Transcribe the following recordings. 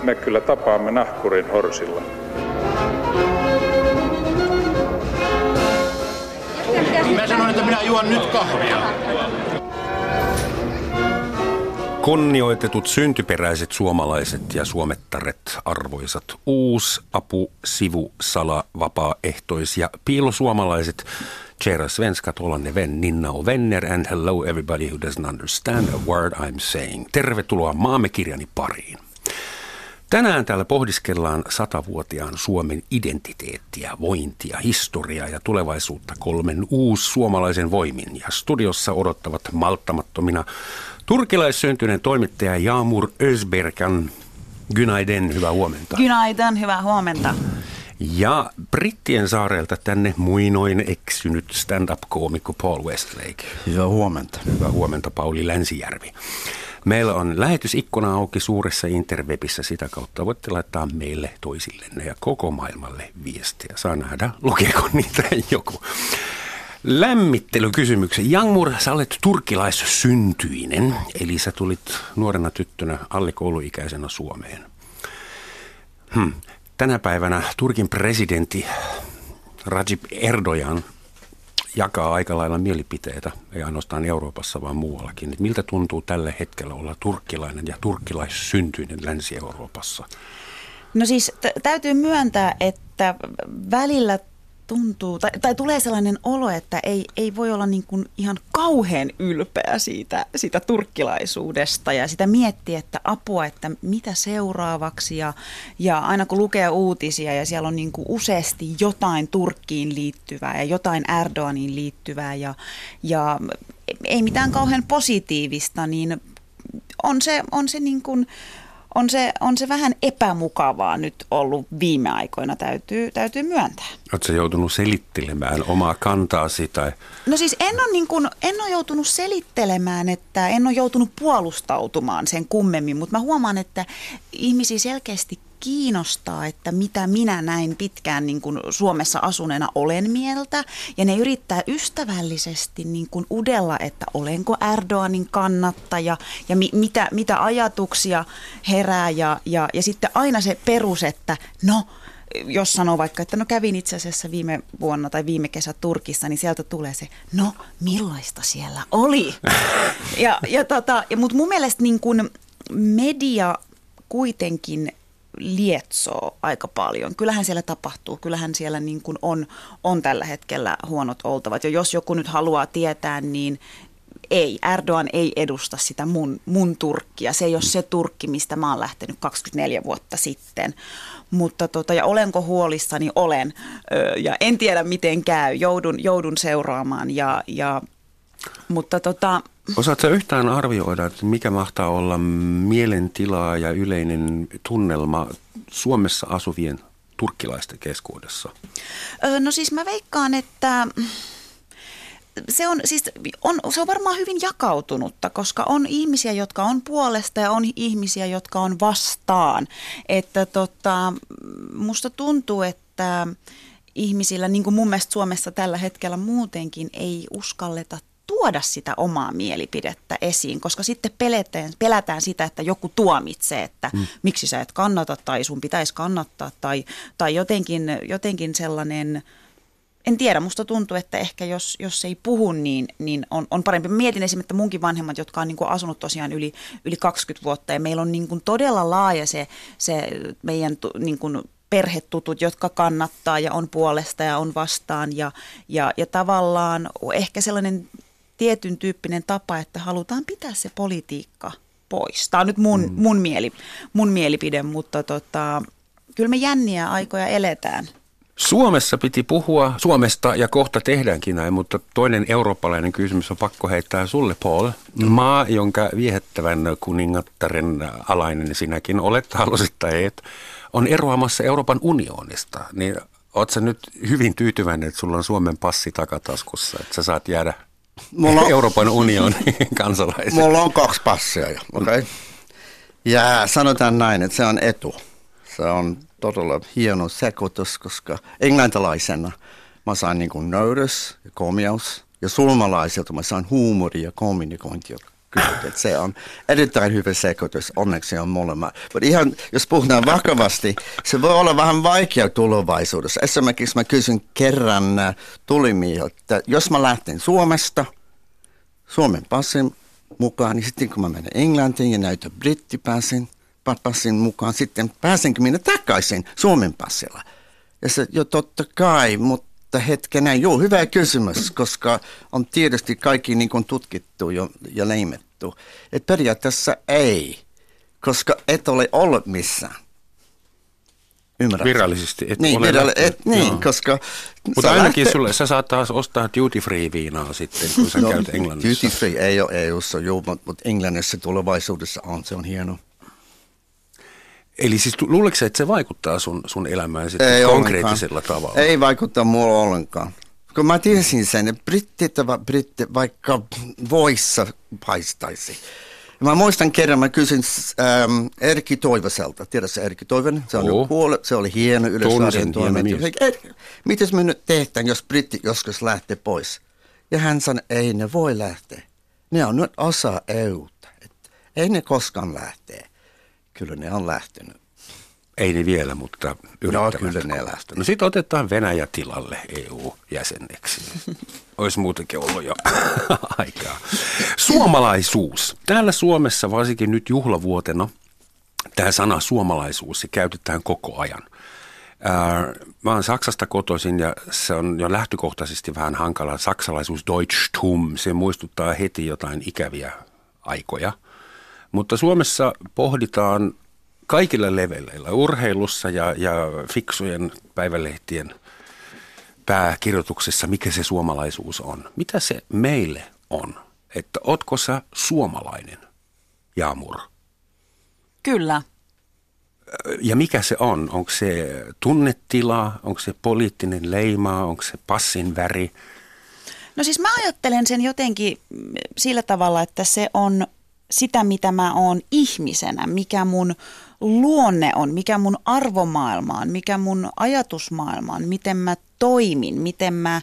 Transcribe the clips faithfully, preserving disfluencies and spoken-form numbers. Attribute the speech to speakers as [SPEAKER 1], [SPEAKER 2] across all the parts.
[SPEAKER 1] me kyllä tapaamme nahkurin horsilla.
[SPEAKER 2] Mä sanoin, että minä juon nyt kahvia.
[SPEAKER 3] Kunnioitetut syntyperäiset suomalaiset ja suomettaret, arvoisat uus, apu, sivu, sala, vapaaehtois ja piilosuomalaiset, kära svenskat, hållande vän, Ninna och vänner, and hello everybody who doesn't understand a word I'm saying. Tervetuloa maamme kirjani pariin. Tänään täällä pohdiskellaan satavuotiaan Suomen identiteettiä, vointia, historiaa ja tulevaisuutta kolmen uus suomalaisen voimin. Ja studiossa odottavat malttamattomina turkilaissyntyneen toimittaja Yağmur Özberkan. Günaydın, hyvää huomenta.
[SPEAKER 4] Günaydın, hyvää huomenta.
[SPEAKER 3] Ja Brittien saarelta tänne muinoin eksynyt stand-up-koomikko Paul Westlake.
[SPEAKER 2] Hyvää huomenta.
[SPEAKER 3] Hyvää huomenta, Pauli Länsijärvi. Meillä on lähetysikkuna auki suuressa interwebissä, sitä kautta voitte laittaa meille toisillenne ja koko maailmalle viestiä. Saa nähdä, lukeeko niitä joku. Lämmittelykysymyksen. Yağmur, sä olet turkilaissyntyinen, eli sä tulit nuorena tyttönä alle kouluikäisenä Suomeen. Hmm. Tänä päivänä Turkin presidentti Recep Erdoğan jakaa aika lailla mielipiteitä, ei ainoastaan Euroopassa, vaan muuallakin. Miltä tuntuu tällä hetkellä olla turkkilainen ja turkkilaissyntyinen Länsi-Euroopassa?
[SPEAKER 4] No siis t- täytyy myöntää, että välillä tuntuu, tai, tai tulee sellainen olo, että ei, ei voi olla niin kuin ihan kauhean ylpeä siitä, siitä turkkilaisuudesta ja sitä miettiä, että apua, että mitä seuraavaksi ja, ja aina kun lukee uutisia ja siellä on niin kuin useasti jotain Turkkiin liittyvää ja jotain Erdoganiin liittyvää ja, ja ei mitään kauhean positiivista, niin on se, on se niin kuin On se, on se vähän epämukavaa nyt ollut viime aikoina, täytyy, täytyy myöntää.
[SPEAKER 3] Oletko joutunut selittelemään omaa kantaasi? Tai?
[SPEAKER 4] No siis en ole, niin kuin, en ole joutunut selittelemään, että en ole joutunut puolustautumaan sen kummemmin, mutta mä huomaan, että ihmisiä selkeästi kiinnostaa, että mitä minä näin pitkään niin kuin Suomessa asuneena olen mieltä. Ja ne yrittää ystävällisesti niin kuin udella, että olenko Erdoganin kannattaja ja mi- mitä, mitä ajatuksia herää. Ja, ja, ja sitten aina se perus, että no, jos sanoo vaikka, että no kävin itse asiassa viime vuonna tai viime kesä Turkissa, niin sieltä tulee se, no millaista siellä oli? ja, ja tota, mutta mun mielestä niin kuin media kuitenkin lietsoo aika paljon. Kyllähän siellä tapahtuu, kyllähän siellä niin kuin on, on tällä hetkellä huonot oltavat. Ja jos joku nyt haluaa tietää, niin ei, Erdogan ei edusta sitä mun, mun Turkkia. Se ei ole se Turkki, mistä mä oon lähtenyt kaksikymmentäneljä vuotta sitten. Mutta tota, ja olenko huolissani? Olen. Öö, ja en tiedä miten käy. Joudun, joudun seuraamaan. Ja, ja, mutta tota...
[SPEAKER 3] Osaatko yhtään arvioida, että mikä mahtaa olla mielentilaa ja yleinen tunnelma Suomessa asuvien turkkilaisten keskuudessa?
[SPEAKER 4] No siis mä veikkaan, että se on, siis on, se on varmaan hyvin jakautunutta, koska on ihmisiä, jotka on puolesta ja on ihmisiä, jotka on vastaan. Että tota, musta tuntuu, että ihmisillä, niin kuin mun mielestä Suomessa tällä hetkellä muutenkin, ei uskalleta tuoda sitä omaa mielipidettä esiin, koska sitten pelätään, pelätään sitä, että joku tuomitsee, että mm. miksi sä et kannata tai sun pitäisi kannattaa tai, tai jotenkin, jotenkin sellainen, en tiedä, musta tuntuu, että ehkä jos, jos ei puhu, niin, niin on, on parempi. Mä mietin esimerkiksi, että munkin vanhemmat, jotka on niin kuin asunut tosiaan yli, yli kaksikymmentä vuotta ja meillä on niin kuin todella laaja se, se meidän niin kuin perhetutut, jotka kannattaa ja on puolesta ja on vastaan ja, ja, ja tavallaan ehkä sellainen tietyn tyyppinen tapa, että halutaan pitää se politiikka pois. Tämä on nyt mun, mm. mun, mieli, mun mielipide, mutta tota, kyllä me jänniä aikoja eletään.
[SPEAKER 3] Suomessa piti puhua Suomesta ja kohta tehdäänkin näin, mutta toinen eurooppalainen kysymys on pakko heittää sulle, Paul. Maa, jonka viehättävän kuningattaren alainen sinäkin olet, halusit tai et, on eroamassa Euroopan unionista. Niin oot sä nyt hyvin tyytyväinen, että sulla on Suomen passi takataskussa, että sä saat jäädä Mulla on, Euroopan unionin kansalaisen.
[SPEAKER 2] Mulla on kaksi passia jo, okei. Okay. Ja sanotaan näin, että se on etu. Se on todella hieno sekoitus, koska englantilaisena mä saan niin kuin nöyrys ja komius. Ja suomalaisilta mä saan huumoria ja kommunikointia kyllä, että se on erittäin hyvä sekoitus, onneksi on molemmat. Mutta ihan, jos puhutaan vakavasti, se voi olla vähän vaikea tulevaisuudessa. Esimerkiksi mä kysyn kerran tulimiehiltä, että jos mä lähten Suomesta, Suomen passin mukaan, niin sitten kun mä menen Englantiin ja näytän brittipassin passin mukaan, sitten pääsenkö minä takaisin Suomen passilla? Ja se jo totta kai, mutta hetkenä, joo, hyvä kysymys, koska on tietysti kaikki niin kuin tutkittu jo, ja leimetty. Että periaatteessa ei, koska et ole ollut missään. Ymmärrät?
[SPEAKER 3] Virallisesti et
[SPEAKER 2] niin,
[SPEAKER 3] ole
[SPEAKER 2] viralli- et, niin, koska...
[SPEAKER 3] Mutta ainakin lähtee... sulle, sä saat taas ostaa duty free viinaa sitten, kun sä
[SPEAKER 2] no,
[SPEAKER 3] käyt Englannissa.
[SPEAKER 2] Duty free ei ole E U:ssa, joo, mutta Englannissa tulevaisuudessa on, se on hieno.
[SPEAKER 3] Eli siis luuletko että se vaikuttaa sun, sun elämään sitten ei konkreettisella ollenkaan. Tavalla?
[SPEAKER 2] Ei vaikuttaa mulla ollenkaan. Kun mä tiesin sen, että brittit ovat britti, vaikka voissa paistaisi. Mä muistan kerran, mä kysyin ähm, Erkki Toivoselta. Tiedätkö Erkki Toivonen? Se on oh. kuollut, se oli hieno Yleisradion toimittaja. Mitäs me nyt tehdään, jos britti joskus lähtee pois? Ja hän sanoi, ei ne voi lähteä. Ne on nyt osa E U:ta. Ei ne koskaan lähtee. Kyllä ne on lähtenyt.
[SPEAKER 3] Ei ne vielä, mutta yrittävät.
[SPEAKER 2] No kyllä ne lähtenyt.
[SPEAKER 3] No sitten otetaan Venäjä tilalle E U-jäseneksi. Olisi muutenkin ollut jo aikaa. Suomalaisuus. Täällä Suomessa, varsinkin nyt juhlavuotena, tämä sana suomalaisuus, se käytetään koko ajan. Ää, mä oon Saksasta kotoisin ja se on jo lähtökohtaisesti vähän hankala. Saksalaisuus, Deutschtum, se muistuttaa heti jotain ikäviä aikoja. Mutta Suomessa pohditaan kaikilla leveleillä, urheilussa ja, ja fiksujen päivälehtien pääkirjoituksessa, mikä se suomalaisuus on. Mitä se meille on? Että ootko sä suomalainen, Jaamur?
[SPEAKER 4] Kyllä.
[SPEAKER 3] Ja mikä se on? Onko se tunnetila? Onko se poliittinen leima? Onko se passin väri?
[SPEAKER 4] No siis mä ajattelen sen jotenkin sillä tavalla, että se on sitä, mitä mä oon ihmisenä, mikä mun luonne on, mikä mun arvomaailma on, mikä mun ajatusmaailma on, miten mä toimin, miten mä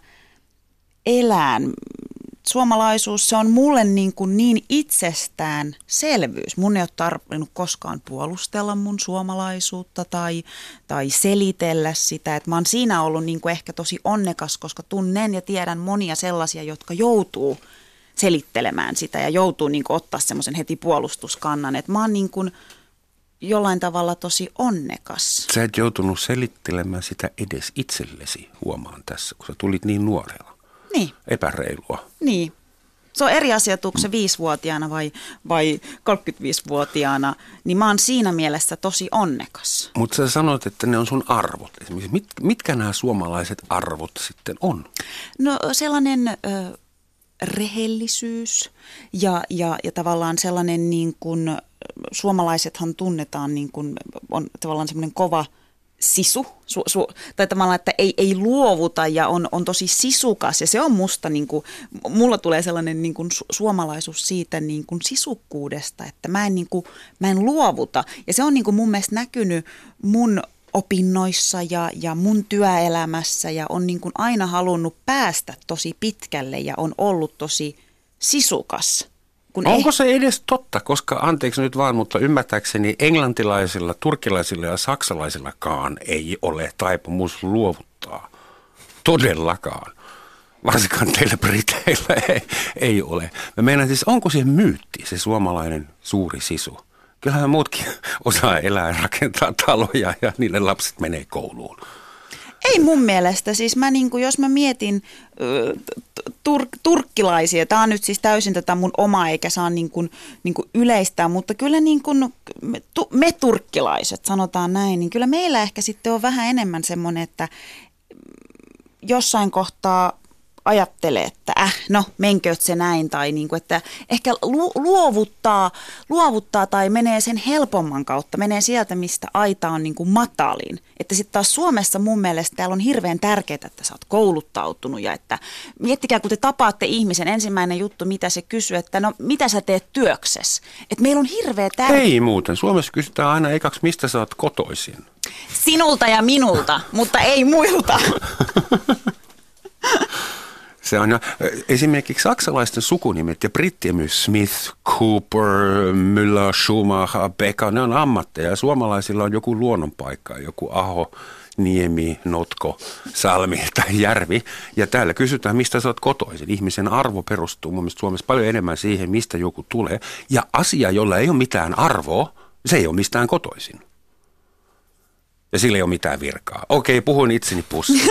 [SPEAKER 4] elän. Suomalaisuus, se on mulle niin, kuin niin itsestäänselvyys. Mun ei ole tarvinnut koskaan puolustella mun suomalaisuutta tai, tai selitellä sitä. Et mä oon siinä ollut niin kuin ehkä tosi onnekas, koska tunnen ja tiedän monia sellaisia, jotka joutuu selittelemään sitä ja joutuu niin kuin ottaa semmoisen heti puolustuskannan. Et mä oon niin kuin jollain tavalla tosi onnekas.
[SPEAKER 3] Sä et joutunut selittelemään sitä edes itsellesi, huomaan tässä, kun sä tulit niin nuorella.
[SPEAKER 4] Niin.
[SPEAKER 3] Epäreilua.
[SPEAKER 4] Niin. Se on eri asia, onko se viisivuotiaana vai, vai kolmekymmentäviisivuotiaana, niin mä oon siinä mielessä tosi onnekas.
[SPEAKER 3] Mutta sä sanoit, että ne on sun arvot. Mit, mitkä nämä suomalaiset arvot sitten on?
[SPEAKER 4] No sellainen ö, rehellisyys ja, ja, ja tavallaan sellainen niin kuin, suomalaisethan tunnetaan niin kuin, on tavallaan semmoinen kova sisu, su, su, tai tavallaan, että ei, ei luovuta ja on, on tosi sisukas ja se on musta, niin kuin, mulla tulee sellainen niin kuin su, suomalaisuus siitä niin kuin sisukkuudesta, että mä en, niin kuin, mä en luovuta ja se on niin kuin mun mielestä näkynyt mun opinnoissa ja, ja mun työelämässä ja on niin kuin aina halunnut päästä tosi pitkälle ja on ollut tosi sisukas. Kun
[SPEAKER 3] Onko
[SPEAKER 4] ei...
[SPEAKER 3] se edes totta, koska anteeksi nyt vaan, mutta ymmärtääkseni englantilaisilla, turkkilaisilla ja saksalaisillakaan ei ole taipumus luovuttaa. Todellakaan. Varsinkaan teillä briteillä ei, ei ole. Mä meinaan siis, onko se myytti, se suomalainen suuri sisu? Kyllähän muutkin osaa elää ja rakentaa taloja ja niille lapset menee kouluun.
[SPEAKER 4] Ei mun mielestä. Siis mä niin kuin, jos mä mietin tur, turkkilaisia, tää on nyt siis täysin tätä mun omaa eikä saa niin kuin, niin kuin yleistää, mutta kyllä niin kuin me, tu, me turkkilaiset, sanotaan näin, niin kyllä meillä ehkä sitten on vähän enemmän semmoinen, että jossain kohtaa ajattelee, että äh, no menkööt se näin, tai niin kuin, että ehkä lu, luovuttaa, luovuttaa tai menee sen helpomman kautta, menee sieltä, mistä aita on niin kuin matalin. Että sitten taas Suomessa mun mielestä täällä on hirveän tärkeää, että sä oot kouluttautunut ja että miettikää, kun te tapaatte ihmisen, ensimmäinen juttu, mitä se kysyy, että no mitä sä teet työksessä? Että meillä on hirveä tärkeää.
[SPEAKER 3] Ei muuten, Suomessa kysytään aina ekaksi, mistä sä oot kotoisin.
[SPEAKER 4] Sinulta ja minulta, mutta ei muilta.
[SPEAKER 3] Se on jo, esimerkiksi saksalaisten sukunimet ja brittien myös Smith, Cooper, Müller, Schumacher, Becker, ne on ammatteja ja suomalaisilla on joku luonnonpaikka, joku Aho, Niemi, Notko, Salmi tai Järvi. Ja täällä kysytään, mistä sä oot kotoisin. Ihmisen arvo perustuu mun mielestä Suomessa paljon enemmän siihen, mistä joku tulee. Ja asia, jolla ei ole mitään arvoa, se ei ole mistään kotoisin. Ja sillä ei ole mitään virkaa. Okei, puhun itseni pussiin.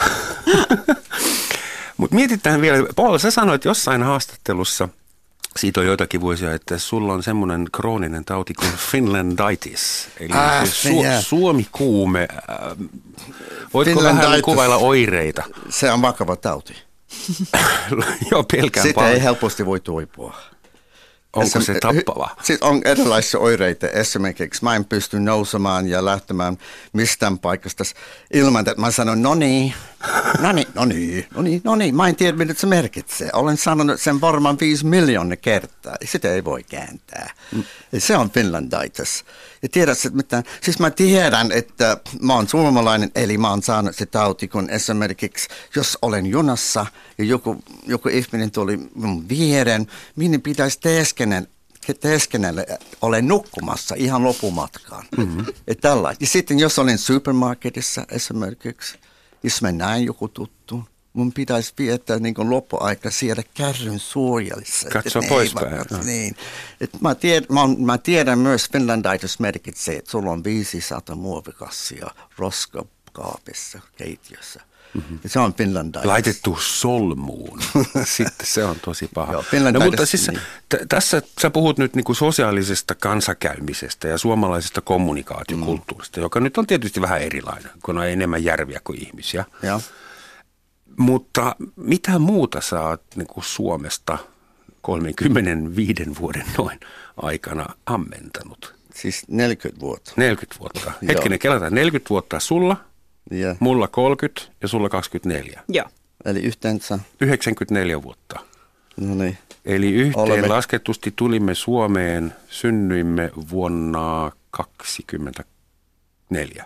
[SPEAKER 3] Mutta mietitään vielä, Paul, sä sanoit jossain haastattelussa, siitä on joitakin vuosia, että sulla on semmoinen krooninen tauti kuin Finlanditis, eli ah, su- yeah. Suomi-kuume. Voitko vähän kuvailla oireita?
[SPEAKER 2] Se on vakava tauti.
[SPEAKER 3] Joo, pelkään
[SPEAKER 2] Sitä paljon. Ei helposti voi toipua.
[SPEAKER 3] Onko se tappava?
[SPEAKER 2] Sitten on erilaisia oireita. Esimerkiksi mä en pysty nousemaan ja lähtemään mistään paikasta ilman, että mä sanon, no niin, no niin, no niin, no niin, no niin. Mä en tiedä, mitä se merkitsee. Olen sanonut sen varmaan viisi miljoonaa kertaa. Sitä ei voi kääntää. Mm. Se on Finlanditis. Ja tiedät, että mitään. Siis mä tiedän, että mä oon suomalainen, eli mä oon saanut se tauti, kun esimerkiksi, jos olen junassa ja joku, joku ihminen tuli mun vieren, minne pitäisi teeskennellä, teeskennellä olen nukkumassa ihan loppumatkaan. Mm-hmm. Ja tällainen. Ja sitten jos olen supermarketissa esimerkiksi, jos mä näen joku tuttu, mun pitäisi viettää niin kuin loppuaika siellä kärryn suojelissa.
[SPEAKER 3] Katso poispäin.
[SPEAKER 2] Niin. Mä, tiedän, mä, mä tiedän myös, Finlanditis merkitsee, että sulla on viisisataa muovikassia roskakaapissa, keittiössä. Mm-hmm. Se on Finlanditis.
[SPEAKER 3] Laitettu solmuun. Sitten se on tosi paha.
[SPEAKER 2] Joo,
[SPEAKER 3] no, mutta siis niin. t- tässä sä puhut nyt niinku sosiaalisesta kanssakäymisestä ja suomalaisesta kommunikaatiokulttuurista, mm. joka nyt on tietysti vähän erilainen, kun on enemmän järviä kuin ihmisiä.
[SPEAKER 2] Joo.
[SPEAKER 3] Mutta mitä muuta sä oot niin kuin Suomesta kolmekymmentäviisi vuoden noin aikana ammentanut?
[SPEAKER 2] Siis neljäkymmentä vuotta.
[SPEAKER 3] neljäkymmentä vuotta. Hetkinen, kelataan neljäkymmentä vuotta sulla, yeah. mulla kolmekymmentä ja sulla kaksikymmentäneljä.
[SPEAKER 4] Joo.
[SPEAKER 2] Eli yhteensä?
[SPEAKER 3] yhdeksänkymmentäneljä vuotta.
[SPEAKER 2] No niin.
[SPEAKER 3] Eli yhteen Olemme. lasketusti tulimme Suomeen, synnyimme vuonna kaksikymmentäneljä.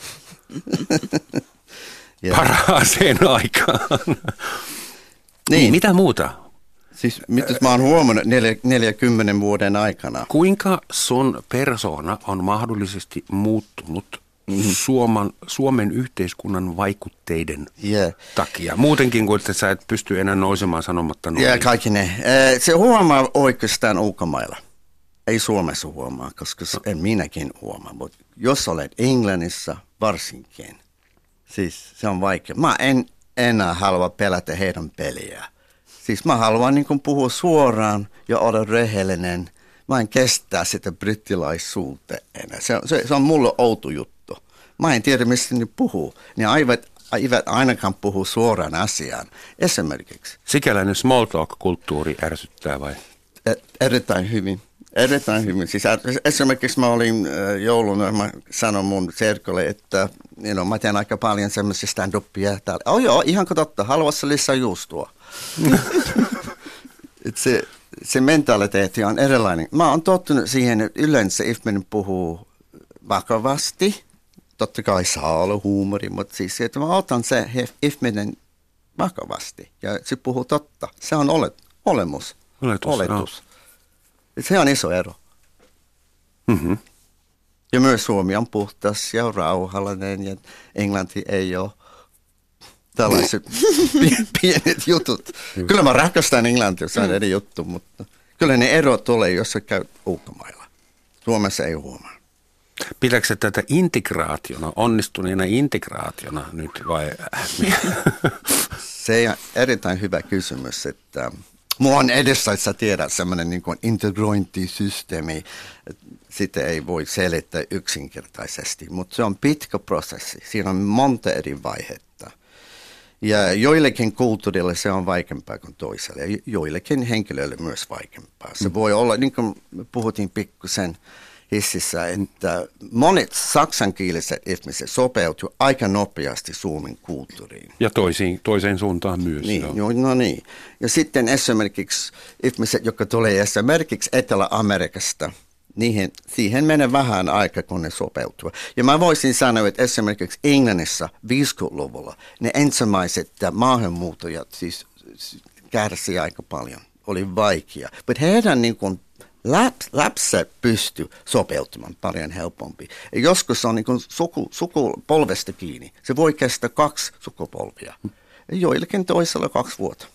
[SPEAKER 3] Yeah. Parhaaseen aikaan. Niin. Mitä muuta?
[SPEAKER 2] Siis mitä mä oon huomannut neljänkymmenen vuoden aikana.
[SPEAKER 3] Kuinka sun persoona on mahdollisesti muuttunut mm-hmm. Suomen, Suomen yhteiskunnan vaikutteiden yeah. takia? Muutenkin kuin, että sä et pysty enää nousemaan sanomatta noin.
[SPEAKER 2] Joo, kaikki ne. Se huomaa oikeastaan ulkomailla. Ei Suomessa huomaa, koska en minäkin huomaa. Mutta jos olet Englannissa varsinkin, siis se on vaikea. Mä en enää halua pelätä heidän peliä. Siis mä haluan niin kuin puhua suoraan ja olla rehellinen. Mä en kestää sitä brittilaisuutta enää. Se, se, se on mulle outo juttu. Mä en tiedä, mistä ne puhuu. Ne eivät, eivät ainakaan puhu suoraan asiaan. Esimerkiksi.
[SPEAKER 3] Sikäläinen small talk-kulttuuri ärsyttää vai?
[SPEAKER 2] Erittäin hyvin. Erittäin hyvin. Siis esimerkiksi mä olin jouluna, mä sanoin mun serkolle, että you know, mä teen aika paljon semmoisia stand-upia täällä. Oh joo, ihan totta, haluaisi lisää juustoa. se, se mentaliteetti on erilainen. Mä oon tottunut siihen, että yleensä ihminen puhuu vakavasti. Totta kai saa olla huumori, mutta siis että mä otan se ihminen vakavasti ja se puhuu totta. Se on olet, olemus,
[SPEAKER 3] oletus.
[SPEAKER 2] oletus. Se on iso ero.
[SPEAKER 3] Mm-hmm.
[SPEAKER 2] Ja myös Suomi on puhtas ja rauhallinen ja Englanti ei ole tällaiset pienet jutut. Kyllä mä rakastan Englantia, se on eri juttu, mutta kyllä ne erot tulee, jos sä käyt ulkomailla. Suomessa ei huomaa.
[SPEAKER 3] Pidätkö tätä integraationa, onnistuneena integraationa nyt vai?
[SPEAKER 2] Se on erittäin hyvä kysymys, että mulla on edessä, että sä tiedät, semmoinen niin kuin integrointisysteemi. Sitä ei voi selittää yksinkertaisesti, mutta se on pitkä prosessi. Siinä on monta eri vaihetta. Ja joillekin kulttuurille se on vaikeampaa kuin toiselle. Ja joillekin henkilöille myös vaikeampaa. Se voi olla, niin kuin puhuttiin pikkusen hississä, että monet saksankieliset ihmiset sopeutuvat aika nopeasti Suomen kulttuuriin.
[SPEAKER 3] Ja toisiin, toiseen suuntaan myös.
[SPEAKER 2] Niin, jo, no niin. Ja sitten esimerkiksi ihmiset, jotka tulee esimerkiksi Etelä-Amerikasta, niihin, siihen menee vähän aikaa, kun ne sopeutuvat. Ja mä voisin sanoa, että esimerkiksi Englannissa viisikymmentäluvulla ne ensimmäiset maahanmuuttajat, siis kärsi aika paljon. Oli vaikea. Mutta heidän niin kuin Laps, lapset pystyy sopeutumaan paljon helpompi. Ja joskus on niin kuin suku, sukupolvesta kiinni. Se voi kestää kaksi sukupolvia. Ja joillakin toisella kaksi vuotta.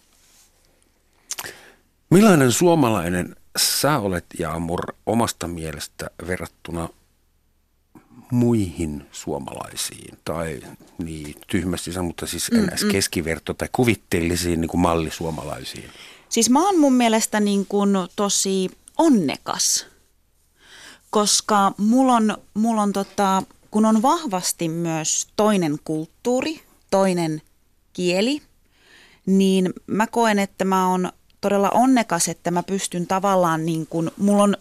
[SPEAKER 3] Millainen suomalainen sä olet, Jaamur, omasta mielestä verrattuna muihin suomalaisiin? Tai niin tyhmästi, mutta siis enää keskiverto tai kuvitteellisiin niin kuin mallisuomalaisiin?
[SPEAKER 4] Siis mä oon mun mielestä niin kuin tosi onnekas, koska mulla on, mulla on tota, kun on vahvasti myös toinen kulttuuri, toinen kieli, niin mä koen, että mä oon todella onnekas, että mä pystyn tavallaan niin kuin, mulla on,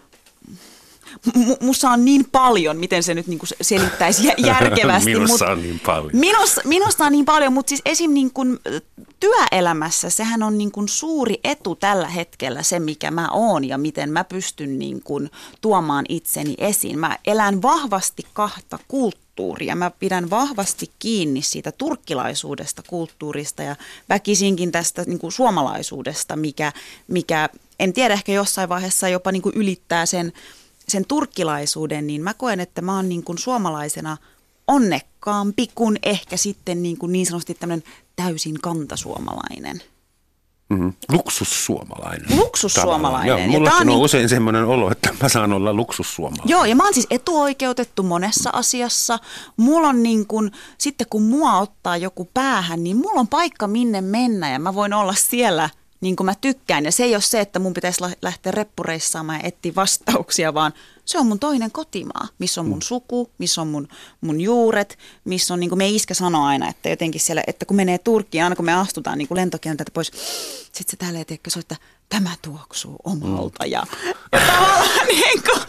[SPEAKER 4] musta on niin paljon, miten se nyt niin kuin selittäisi järkevästi.
[SPEAKER 3] Minussa on niin paljon.
[SPEAKER 4] Minusta, minusta on niin paljon, mutta siis esim. Niin kuin työelämässä sehän on niin kuin suuri etu tällä hetkellä se, mikä mä oon ja miten mä pystyn niin kuin tuomaan itseni esiin. Mä elän vahvasti kahta kulttuuria. Mä pidän vahvasti kiinni siitä turkkilaisuudesta kulttuurista ja väkisinkin tästä niin kuin suomalaisuudesta, mikä, mikä en tiedä, ehkä jossain vaiheessa jopa niin kuin ylittää sen sen turkkilaisuuden, niin mä koen, että mä oon niin kuin suomalaisena onnekkaampi kuin ehkä sitten niin, kuin niin sanotusti tämmöinen täysin kantasuomalainen.
[SPEAKER 3] Mm-hmm. Luksussuomalainen.
[SPEAKER 4] Luksussuomalainen.
[SPEAKER 3] Joo, mullakin on, on niin usein semmoinen olo, että mä saan olla luksussuomalainen.
[SPEAKER 4] Joo, ja mä oon siis etuoikeutettu monessa asiassa. Mulla on niin kuin, sitten kun mua ottaa joku päähän, niin mulla on paikka minne mennä ja mä voin olla siellä niin kuin mä tykkään. Ja se ei ole se, että mun pitäisi lähteä reppureissaamaan ja etsiä vastauksia, vaan se on mun toinen kotimaa, missä on mun suku, missä on mun, mun juuret, missä on, niin kuin me iskä sanoo aina, että jotenkin siellä, että kun menee Turkkiin, aina kun me astutaan niin kuin lentokentältä pois, sitten se tälleen, tiedätkö, se on, että tämä tuoksuu omalta. Ja, ja tavallaan niin kuin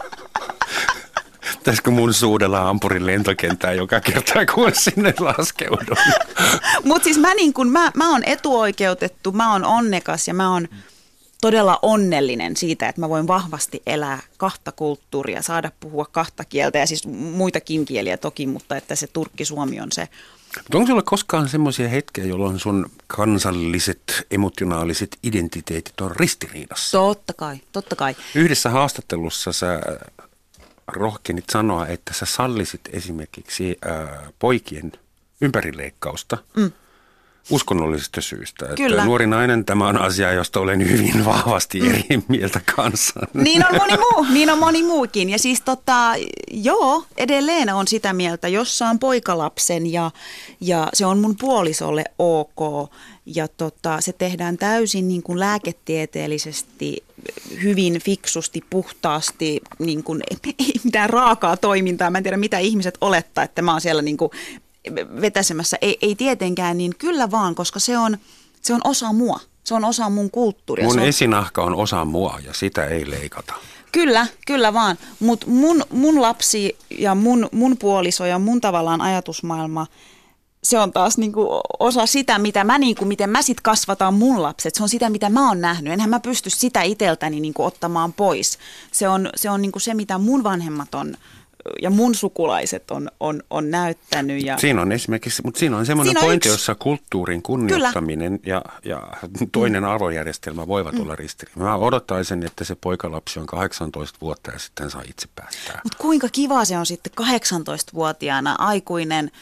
[SPEAKER 3] pitäisikö mun suudella ampurin lentokentää joka kerta, kun sinne laskeudun?
[SPEAKER 4] Mutta siis mä, niin kun, mä, mä oon etuoikeutettu, mä oon onnekas ja mä oon todella onnellinen siitä, että mä voin vahvasti elää kahta kulttuuria, saada puhua kahta kieltä ja siis muitakin kieliä toki, mutta että se turkki-suomi on se.
[SPEAKER 3] Mutta onko sulla koskaan semmoisia hetkiä, jolloin sun kansalliset, emotionaaliset identiteetit on ristiriidassa?
[SPEAKER 4] Totta kai, totta kai.
[SPEAKER 3] Yhdessä haastattelussa sä rohkenit sanoa, että sä sallisit esimerkiksi ää, poikien ympärileikkausta mm. uskonnollisesta syystä. Että nuori nainen, tämä on asia, josta olen hyvin vahvasti eri mieltä kanssa.
[SPEAKER 4] Niin on moni muu, niin on moni muukin. Ja siis tota, joo, edelleen on sitä mieltä, jos saan poikalapsen ja, ja se on mun puolisolle ok ja tota, se tehdään täysin niin kuin lääketieteellisesti hyvin fiksusti, puhtaasti, niin kuin, ei mitään raakaa toimintaa. Mä en tiedä, mitä ihmiset olettaa, että mä oon siellä niin kuin vetäsemässä. Ei, ei tietenkään, niin kyllä vaan, koska se on, se on osa mua. Se on osa mun kulttuuria.
[SPEAKER 3] Mun
[SPEAKER 4] on
[SPEAKER 3] esinahka on osa mua ja sitä ei leikata.
[SPEAKER 4] Kyllä, kyllä vaan. Mutta mun, mun lapsi ja mun, mun puoliso ja mun tavallaan ajatusmaailma, se on taas niinku osa sitä, mitä mä, niinku, miten mä sit kasvataan mun lapset. Se on sitä, mitä mä oon nähnyt. Enhän mä pysty sitä iteltäni niinku ottamaan pois. Se on se, on niinku se mitä mun vanhemmat on ja mun sukulaiset on, on, on näyttänyt. Ja
[SPEAKER 3] siinä on esimerkiksi, mutta siinä on semmoinen siinä pointti, yksi jossa kulttuurin kunnioittaminen ja, ja toinen mm. arvojärjestelmä voivat mm. olla ristiriidassa. Mä odottaisin, että se poikalapsi on kahdeksantoista vuotta ja sitten saa itse päättää.
[SPEAKER 4] Mutta kuinka kiva se on sitten kahdeksantoistavuotiaana aikuinen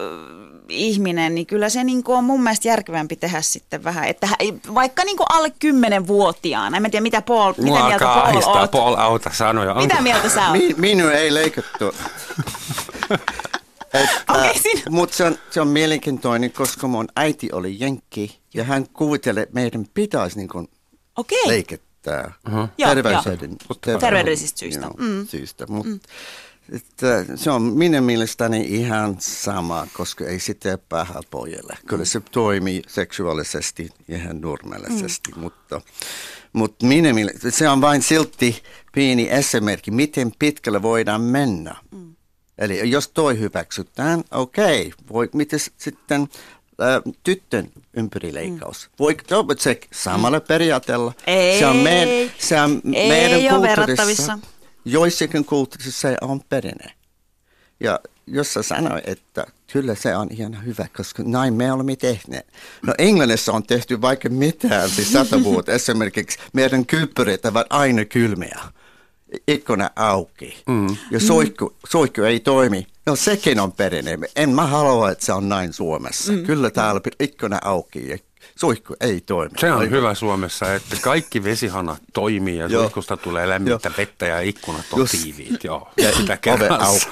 [SPEAKER 4] ihminen, niin kyllä se niin on mun mielestä järkevämpi tehdä sitten vähän, että vaikka niin alle kymmenvuotiaana, en mä tiedä mitä Paul, mitä
[SPEAKER 3] Mua
[SPEAKER 4] mieltä Paul
[SPEAKER 3] ahistaa,
[SPEAKER 4] oot.
[SPEAKER 3] Paul auta sanoja.
[SPEAKER 4] Mitä
[SPEAKER 3] Onko?
[SPEAKER 4] mieltä sä oot?
[SPEAKER 2] Mi, minun ei leikattu.
[SPEAKER 4] Okay,
[SPEAKER 2] mutta se on, se on mielenkiintoinen, koska mun äiti oli jenkki ja hän kuvittelee, että meidän pitäisi niin kuin
[SPEAKER 4] okay.
[SPEAKER 2] leiketää
[SPEAKER 4] uh-huh. terveydellisistä syistä.
[SPEAKER 2] You know, mm. syistä. Mut, mm. Että se on minun mielestäni ihan sama, koska ei sitä paha pojille. Kyllä se toimii seksuaalisesti ihan normaalisesti, mm. mutta, mutta minun mielestäni se on vain silti pieni esimerkki, miten pitkälle voidaan mennä. Mm. Eli jos toi hyväksytään, okei, okay, miten sitten äh, tyttön ympärileikkaus? Mm. Voiko se samalla periaatteella?
[SPEAKER 4] Ei,
[SPEAKER 2] se on, me, se on
[SPEAKER 4] ei
[SPEAKER 2] meidän
[SPEAKER 4] ole verrattavissa.
[SPEAKER 2] Joissakin kulttuurissa se on perinne. Ja jos sä sanoi, että kyllä se on ihan hyvä, koska näin me olemme tehneet. No Englannissa on tehty vaikka mitään, siis sata vuotta esimerkiksi meidän kylpyrit ovat aina kylmiä. Ikkuna auki mm. ja soikku, soikku ei toimi. No sekin on perinne. En mä halua, että se on näin Suomessa. Mm. Kyllä täällä ikkuna auki ja suihku ei toimi.
[SPEAKER 3] Se on hyvä Suomessa, että kaikki vesihanat toimii ja suihkusta tulee lämmintä vettä ja ikkunat on Just. tiiviit. Joo, ja sitä kerran auki.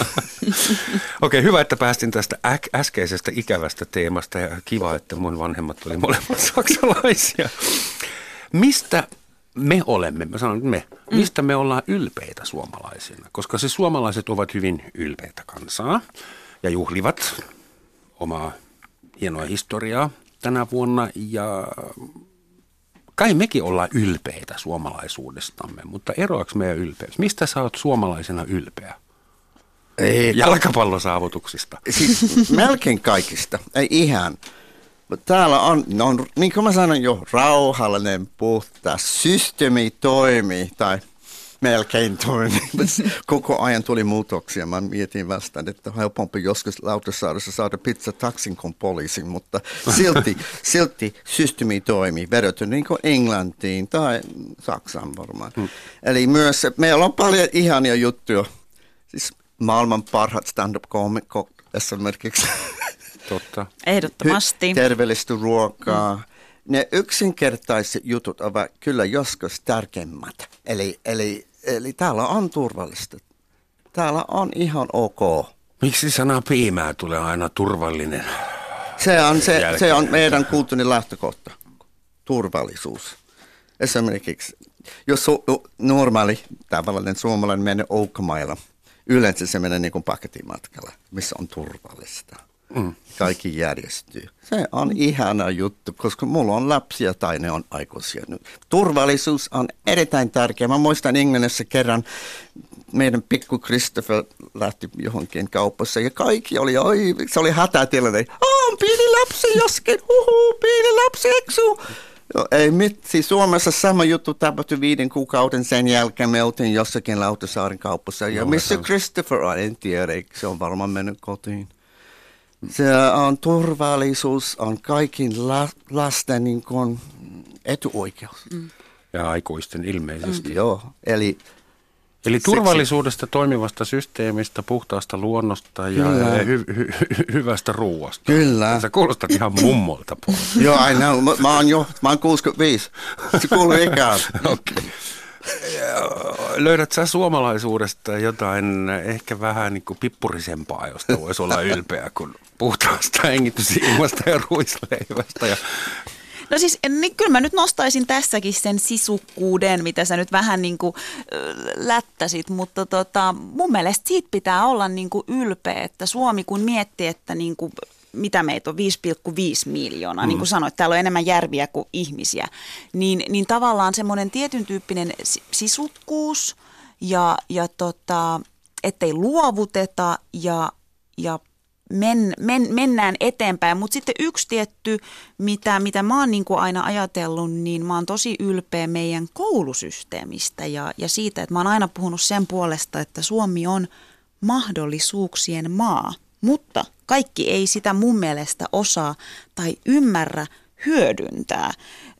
[SPEAKER 3] Okei, hyvä, että päästin tästä äk- äskeisestä ikävästä teemasta ja kiva, että mun vanhemmat oli molemmat saksalaisia. Mistä me olemme, mä sanon me, mistä me ollaan ylpeitä suomalaisina? Koska se suomalaiset ovat hyvin ylpeitä kansaa ja juhlivat omaa hienoa historiaa tänä vuonna ja kai mekin ollaan ylpeitä suomalaisuudestamme, mutta eroaks meidän ylpeys? Mistä sä oot suomalaisena ylpeä?
[SPEAKER 2] Ei,
[SPEAKER 3] jalkapallosaavutuksista.
[SPEAKER 2] Siis melkein kaikista, ei ihan. Mutta täällä on, on, niin kuin mä sanoin jo, rauhallinen, puhta, systeemi toimii tai melkein toimii. Koko ajan tuli muutoksia. Mä mietin vastaan, että helpompi joskus Lauttasaaressa saada pizza taksin kuin poliisin, mutta silti, silti systeemi toimii. Vedetty niin kuin Englantiin tai Saksaan varmaan. Hmm. Eli myös meillä on paljon ihania juttuja. Siis maailman parhaat stand-up-koomikot esimerkiksi.
[SPEAKER 3] Totta.
[SPEAKER 4] Ehdottomasti.
[SPEAKER 2] Terveellistä ruokaa. Mm. Ne yksinkertaiset jutut ovat kyllä joskus tärkeimmät. Eli, eli, eli täällä on turvallista. Täällä on ihan ok.
[SPEAKER 3] Miksi sana piimää tulee aina turvallinen?
[SPEAKER 2] Se on, se, se on meidän kulttuurin lähtökohta. Turvallisuus. Esimerkiksi, jos normaali tavallinen suomalainen menee ulkomailla, yleensä se menee niin kuin pakettimatkalla, missä on turvallista. Mm. Kaikki järjestyy. Se on ihana juttu, koska mulla on lapsia tai ne on aikuisia. Turvallisuus on erittäin tärkeä. Mä muistan Englannissa kerran meidän pikku Christopher lähti johonkin kaupassa ja kaikki oli, oi, se oli hätätilanne. Oh, pieni lapsi joskin, uhu, pieni lapsi eksuu. No, ei mitään. Suomessa sama juttu tapahtui viiden kuukauden sen jälkeen. Me oltiin jossakin Lauttasaaren kaupassa. Ja missä Christopher on, en tiedä, se on varmaan mennyt kotiin. Se on turvallisuus, on kaikin la, lasten niin kuin etuoikeus. Mm.
[SPEAKER 3] Ja aikuisten ilmeisesti.
[SPEAKER 2] Mm. Joo, eli...
[SPEAKER 3] Eli turvallisuudesta, siksi. Toimivasta systeemistä, puhtaasta luonnosta ja hy, hy, hy, hyvästä ruuasta.
[SPEAKER 2] Kyllä.
[SPEAKER 3] Sä kuulostat ihan mummolta pois.
[SPEAKER 2] Joo, I know. Mä, mä oon jo, mä oon kuusikymmentäviisi. Se kuuluu ikään.
[SPEAKER 3] Okei. Löydät sä suomalaisuudesta jotain ehkä vähän niin kuin pippurisempaa, josta voisi olla ylpeä kuin puhtaasta hengitysilmasta ja ruisleivästä ja...
[SPEAKER 4] No siis, niin kyllä mä nyt nostaisin tässäkin sen sisukkuuden, mitä sä nyt vähän niin kuin lättäsit, mutta tota, mun mielestä siitä pitää olla niin kuin ylpeä, että Suomi kun miettii, että niin kuin, mitä meitä on viisi pilkku viisi miljoonaa, mm. niin kuin sanoit, täällä on enemmän järviä kuin ihmisiä, niin, niin tavallaan semmoinen tietyn tyyppinen sisukkuus ja, ja tota, ettei luovuteta ja, ja Men, men, mennään eteenpäin, mutta sitten yksi tietty, mitä, mitä mä oon niin kuin aina ajatellut, niin mä oon tosi ylpeä meidän koulusysteemistä ja, ja siitä, että mä oon aina puhunut sen puolesta, että Suomi on mahdollisuuksien maa, mutta kaikki ei sitä mun mielestä osaa tai ymmärrä hyödyntää.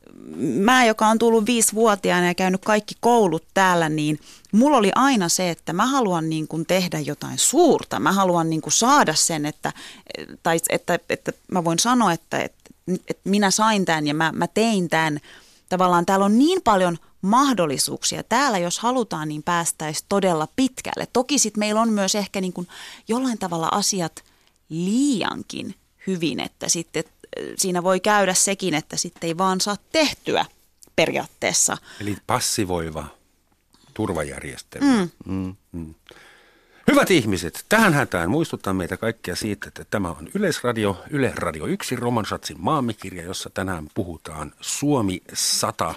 [SPEAKER 4] Mä, joka on tullut viisivuotiaana ja käynyt kaikki koulut täällä, niin mulla oli aina se, että mä haluan niin kuin tehdä jotain suurta. Mä haluan niin kuin saada sen, että, tai että, että mä voin sanoa, että, että, että minä sain tämän ja mä, mä tein tämän. Tavallaan täällä on niin paljon mahdollisuuksia. Täällä, jos halutaan, niin päästäisiin todella pitkälle. Toki sitten meillä on myös ehkä niin kuin jollain tavalla asiat liiankin hyvin, että sitten siinä voi käydä sekin, että sitten ei vaan saa tehtyä periaatteessa.
[SPEAKER 3] Eli passivoiva turvajärjestelmä. Mm. Mm. Mm. Hyvät ihmiset, tähän hätään muistutan meitä kaikkia siitä, että tämä on Yleisradio, Yle Radio yksi, Roman Schatzin maamikirja, jossa tänään puhutaan Suomi sata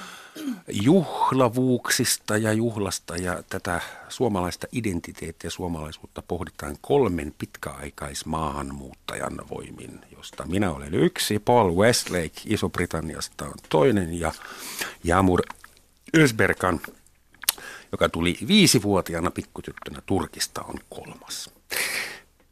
[SPEAKER 3] juhlavuuksista ja juhlasta ja tätä suomalaista identiteettiä, suomalaisuutta pohditaan kolmen pitkäaikaismaahanmuuttajan voimin, josta minä olen yksi, Paul Westlake Iso-Britanniasta on toinen ja Yağmur Özberkan, joka tuli viisivuotiaana pikkutyttönä Turkista, on kolmas.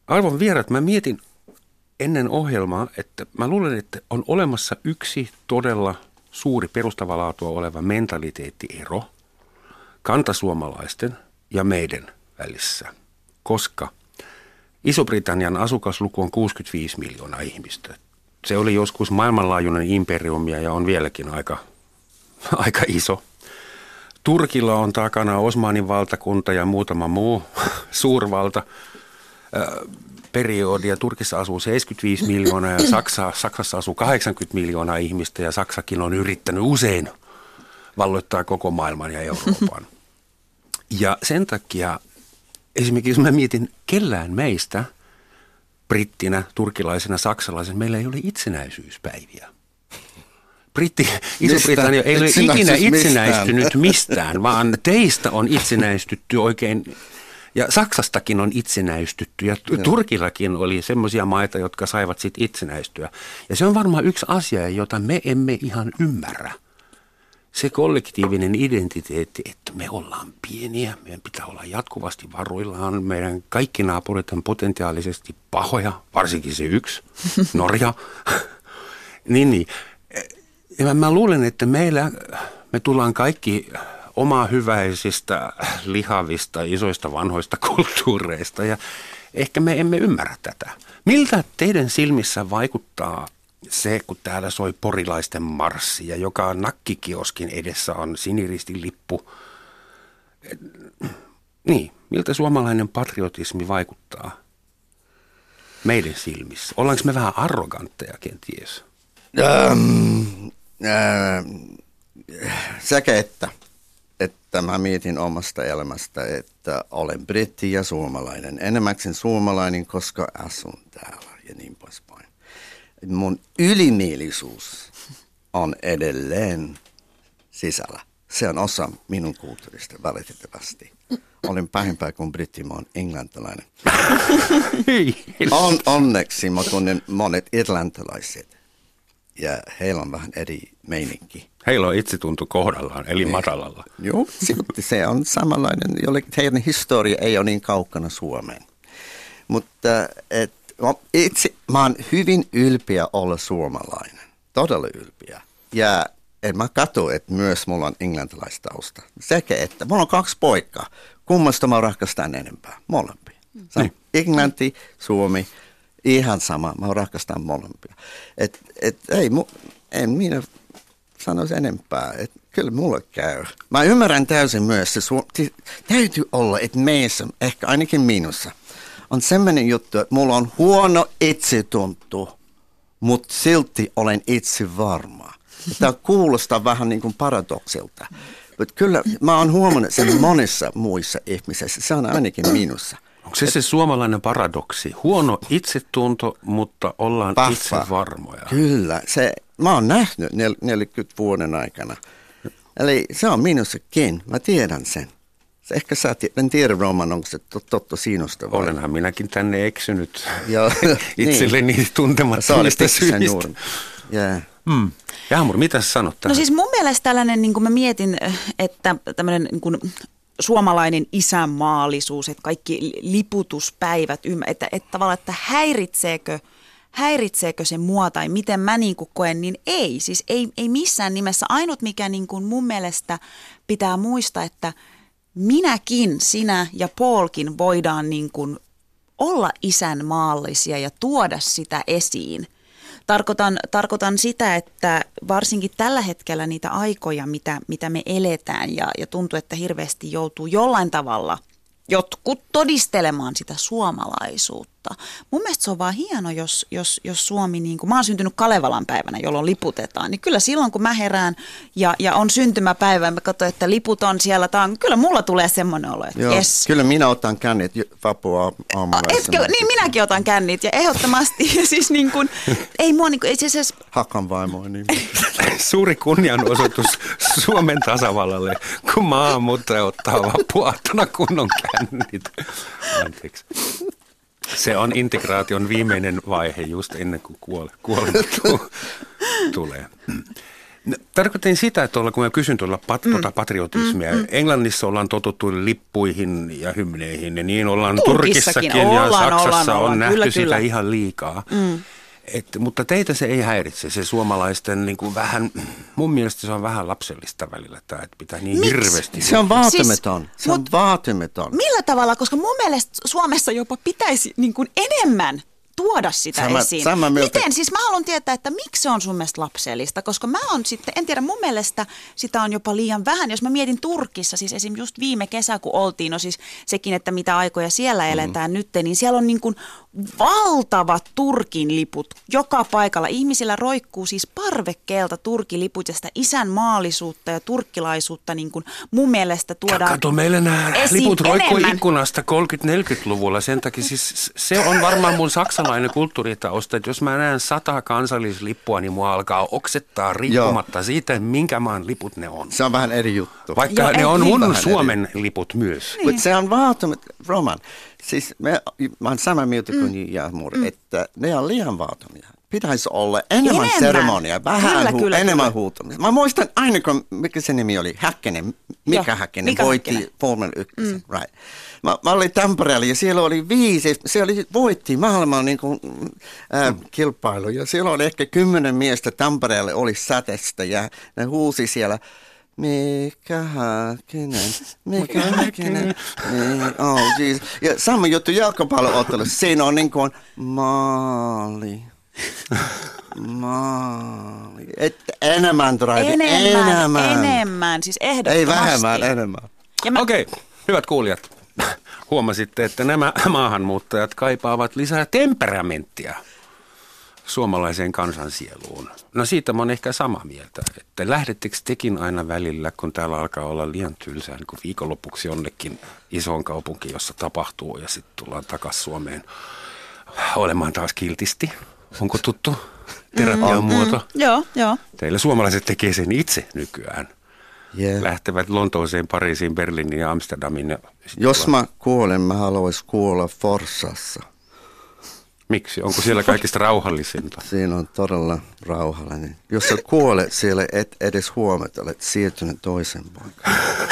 [SPEAKER 3] Arvon vierat, mä mietin ennen ohjelmaa, että mä luulen, että on olemassa yksi todella suuri perustavaa laatua oleva mentaliteettiero kantasuomalaisten ja meidän välissä, koska Iso-Britannian asukasluku on kuusikymmentäviisi miljoonaa ihmistä. Se oli joskus maailmanlaajuinen imperiumia ja on vieläkin aika, aika iso. Turkilla on takana Osmanin valtakunta ja muutama muu suurvalta periodia. Turkissa asuu seitsemänkymmentäviisi miljoonaa ja Saksa, Saksassa asuu kahdeksankymmentä miljoonaa ihmistä ja Saksakin on yrittänyt usein valloittaa koko maailman ja Euroopan. Ja sen takia esimerkiksi jos mä mietin kellään meistä, brittinä, turkilaisena, saksalaisena, meillä ei ole itsenäisyyspäiviä. Britti, Iso-Britannia ei ole ikinä itsenäistynyt mistään. mistään, vaan teistä on itsenäistytty oikein, ja Saksastakin on itsenäistytty, ja Turkillakin oli semmoisia maita, jotka saivat sitten itsenäistyä. Ja se on varmaan yksi asia, jota me emme ihan ymmärrä. Se kollektiivinen identiteetti, että me ollaan pieniä, meidän pitää olla jatkuvasti varuillaan, meidän kaikki naapurit on potentiaalisesti pahoja, varsinkin se yksi, Norja. niin, niin. Ja mä luulen, että meillä, me tullaan kaikki omaa hyväisistä, lihavista, isoista, vanhoista kulttuureista ja ehkä me emme ymmärrä tätä. Miltä teidän silmissä vaikuttaa se, kun täällä soi porilaisten marssi ja joka nakkikioskin edessä on siniristin lippu? Niin, miltä suomalainen patriotismi vaikuttaa meidän silmissä? Ollaanko me vähän arrogantteja kenties?
[SPEAKER 2] Ähm, äh, sekä että, että mä mietin omasta elämästä, että olen britti ja suomalainen. Enimmäkseen suomalainen, koska asun täällä ja niin poispäin. Mun ylimielisyys on edelleen sisällä. Se on osa minun kulttuurista valitettavasti. Olen pahimpaa kuin britti, mä oon englantilainen. On, onneksi mä tunnen monet irlantilaiset ja heillä on vähän eri meininki.
[SPEAKER 3] Heillä on itsetunto kohdallaan, eli niin. Matalalla.
[SPEAKER 2] Joo, silti se on samanlainen, jollekin heidän historia ei ole niin kaukana Suomeen. Mutta et, itse, mä oon hyvin ylpeä olla suomalainen, todella ylpeä. Ja en mä katso, että myös mulla on englantilaistausta. Sekä että mulla on kaksi poikaa, kummasta mä rakastan enempää, molempia. Niin. Englanti, Suomi, ihan sama, mä rakastan molempia. Et, et, ei, mu, en minä sanoisi enempää, että kyllä mulle käy. Mä ymmärrän täysin myös, että täytyy olla, että meissä, ehkä ainakin minussa, on sellainen juttu, että mulla on huono itsetunto, mutta silti olen itse varma. Tämä kuulostaa vähän niin kuin paradoksilta. Mutta kyllä mä oon huomannut sen monissa muissa ihmisissä, se on ainakin minussa.
[SPEAKER 3] Onko se se suomalainen paradoksi? Huono itsetunto, mutta ollaan Paffa. Itse varmoja.
[SPEAKER 2] Kyllä, se, mä oon nähnyt neljäkymmentä vuoden aikana. Eli se on minussakin, mä tiedän sen. Se ehkä sä tiedät, en tiedä Roman, onko se totta sinusta vai?
[SPEAKER 3] Olenhan minäkin tänne eksynyt itselleni niin. Tuntemattomista syistä.
[SPEAKER 2] Yeah.
[SPEAKER 3] Mm. Jaamur, mitä sä sanot tähän?
[SPEAKER 4] No siis mun mielestä tällainen, niin kuin mä mietin, että tämmöinen niin kuin suomalainen isänmaallisuus, että kaikki liputuspäivät, että, että tavallaan, että häiritseekö, häiritseekö se mua tai miten mä niin kuin koen, niin ei. Siis ei, ei missään nimessä. Ainut mikä niin kuin mun mielestä pitää muistaa, että minäkin, sinä ja Paulkin voidaan niin kuin olla isänmaallisia ja tuoda sitä esiin. Tarkoitan, tarkoitan sitä, että varsinkin tällä hetkellä niitä aikoja, mitä, mitä me eletään ja, ja tuntuu, että hirveästi joutuu jollain tavalla jotkut todistelemaan sitä suomalaisuutta. Mun mielestä se on vaan hieno, jos, jos, jos Suomi, niin kuin mä oon syntynyt Kalevalan päivänä, jolloin liputetaan, niin kyllä silloin kun mä herään ja, ja on syntymäpäivä ja mä katson, että liput on siellä, taan, kyllä mulla tulee semmoinen olo, että
[SPEAKER 2] Joo,
[SPEAKER 4] yes.
[SPEAKER 2] Kyllä minä otan kännit vapua aamulla.
[SPEAKER 4] Niin minäkin otan kännit ja ehdottomasti ja siis niin kuin, ei mua niin kuin, ei siis...
[SPEAKER 2] Hakan vaimoa niin.
[SPEAKER 3] Suuri kunnianosoitus Suomen tasavallalle, kun maahanmuuttaja ottaa vapuaattona kunnon kännit. Anteeksi. Se on integraation viimeinen vaihe just ennen kuin kuole, kuolema tulee. No, tarkoitin sitä, että kun mä kysyn tuolla pat, mm. tuota patriotismia, mm, mm. Englannissa ollaan totuttu lippuihin ja hymneihin ja niin ollaan Turkissakin, Turkissakin ja ollaan, Saksassa ollaan, on nähty kyllä, sitä kyllä. ihan liikaa. Mm. Et, mutta teitä se ei häiritse, se suomalaisten niin kuin vähän, mun mielestä se on vähän lapsellista välillä tämä, että pitää niin Miks? hirveästi.
[SPEAKER 2] Se on vaatimaton, siis, se on vaatimaton.
[SPEAKER 4] Millä tavalla, koska mun mielestä Suomessa jopa pitäisi niin kuin enemmän tuoda sitä sama, esiin. Sama Miten? Siis mä haluan tietää, että miksi se on sun mielestä lapsellista, koska mä oon sitten, en tiedä, mun mielestä sitä on jopa liian vähän. Jos mä mietin Turkissa, siis esim. Just viime kesä, kun oltiin, no siis sekin, että mitä aikoja siellä eletään mm. nyt, niin siellä on niin kuin valtavat Turkin liput joka paikalla. Ihmisillä roikkuu siis parvekkeelta Turkin liput ja sitä isänmaallisuutta ja turkkilaisuutta niin kuin mun mielestä tuodaan.
[SPEAKER 3] Kato, meillä nämä liput roikkuu ikkunasta kolmekymmentä-neljäkymmentäluvulla. Sen takia siis se on varmaan mun saksalainen kulttuuritausta, että jos mä näen sata kansallislippua, niin mua alkaa oksettaa riippumatta Joo. siitä, minkä maan liput ne on.
[SPEAKER 2] Se on vähän eri juttu.
[SPEAKER 3] Vaikka Joo, ne on niin mun Suomen eri. liput myös.
[SPEAKER 2] Niin. Mutta se on vaatimat, Roman, siis me, mä oon sama mieltä kuin mm. Jämur, mm. että ne on liian vaatimia. Pitäisi olla enemmän, enemmän. seremonia, vähän kyllä, hu- kyllä, enemmän kyllä. huutamista. Mä muistan aina, kun, mikä se nimi oli, Häkkinen, Mika Häkkinen voitti Formula yksi, mm. right. Mä, mä olin Tampereella ja siellä oli viisi, se oli, voitti maailman niin kuin, äh, mm. kilpailu ja siellä oli ehkä kymmenen miestä Tampereelle oli sätestä ja ne huusi siellä Mika Häkkinen, Mika Häkkinen, niin, oh jeez. Ja sama juttu jalkapallo-ottelussa, siinä on niin kuin maali. Maali. Et, enemmän drive.
[SPEAKER 4] Enemmän, enemmän. Enemmän, siis ehdottomasti.
[SPEAKER 2] Ei vähemmän, enemmän.
[SPEAKER 3] Mä... Okei, okay, hyvät kuulijat. Huomasitte, että nämä maahanmuuttajat kaipaavat lisää temperamenttia suomalaiseen kansansieluun. No siitä mä oon ehkä samaa mieltä, että lähdettekö tekin aina välillä, kun täällä alkaa olla liian tylsää, niin kuin viikonlopuksi jonnekin isoon kaupunkiin, jossa tapahtuu ja sitten tullaan takaisin Suomeen olemaan taas kiltisti. Onko tuttu terapian muoto?
[SPEAKER 4] Mm, joo, joo.
[SPEAKER 3] Teillä suomalaiset tekee sen itse nykyään. Yeah. Lähtevät Lontooseen, Pariisiin, Berliiniin ja Amsterdamiin. Ja
[SPEAKER 2] Jos mä kuolen, mä haluaisin kuolla Forsassa.
[SPEAKER 3] Miksi? Onko siellä kaikista rauhallisinta?
[SPEAKER 2] Siinä on todella rauhallinen. Jos sä kuolet siellä, et edes huomata, olet siirtynyt toisen paikkaan.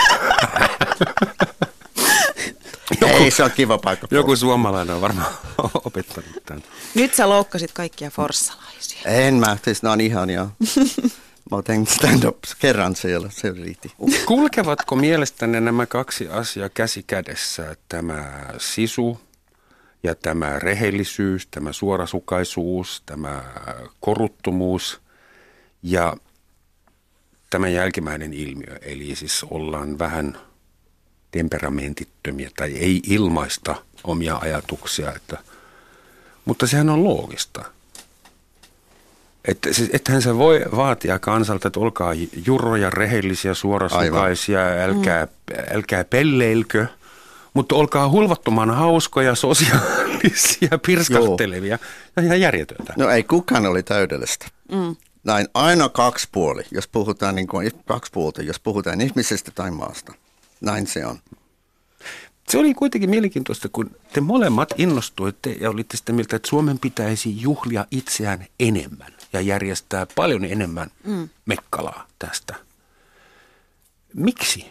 [SPEAKER 2] Joku, Ei, se on kiva paikka.
[SPEAKER 3] Joku suomalainen on varmaan opettanut tämän.
[SPEAKER 4] Nyt sä loukkasit kaikkia forssalaisia.
[SPEAKER 2] En mä, siis ne on ihania. Mä tein stand-up kerran siellä, se riitti.
[SPEAKER 3] Kulkevatko mielestänne nämä kaksi asiaa käsi kädessä, tämä sisu ja tämä rehellisyys, tämä suorasukaisuus, tämä koruttomuus ja tämä jälkimmäinen ilmiö, eli siis ollaan vähän temperamentittömiä tai ei ilmaista omia ajatuksia, että, mutta sehän on loogista. Että, siis, ethän se voi vaatia kansalta, että olkaa juroja, rehellisiä, suorasukaisia, älkää, älkää pelleilkö, mutta olkaa hulvattoman hauskoja, sosiaalisia, pirskahtelevia ja ihan järjetöntä.
[SPEAKER 2] No ei kukaan oli täydellistä. Mm. Näin aina kaksi puoli, jos puhutaan niin kuin kaksi puolta, jos puhutaan ihmisestä tai maasta. Näin se on.
[SPEAKER 3] Se oli kuitenkin mielenkiintoista, kun te molemmat innostuitte ja olitte sitä mieltä, että Suomen pitäisi juhlia itseään enemmän ja järjestää paljon enemmän mm. mekkalaa tästä. Miksi?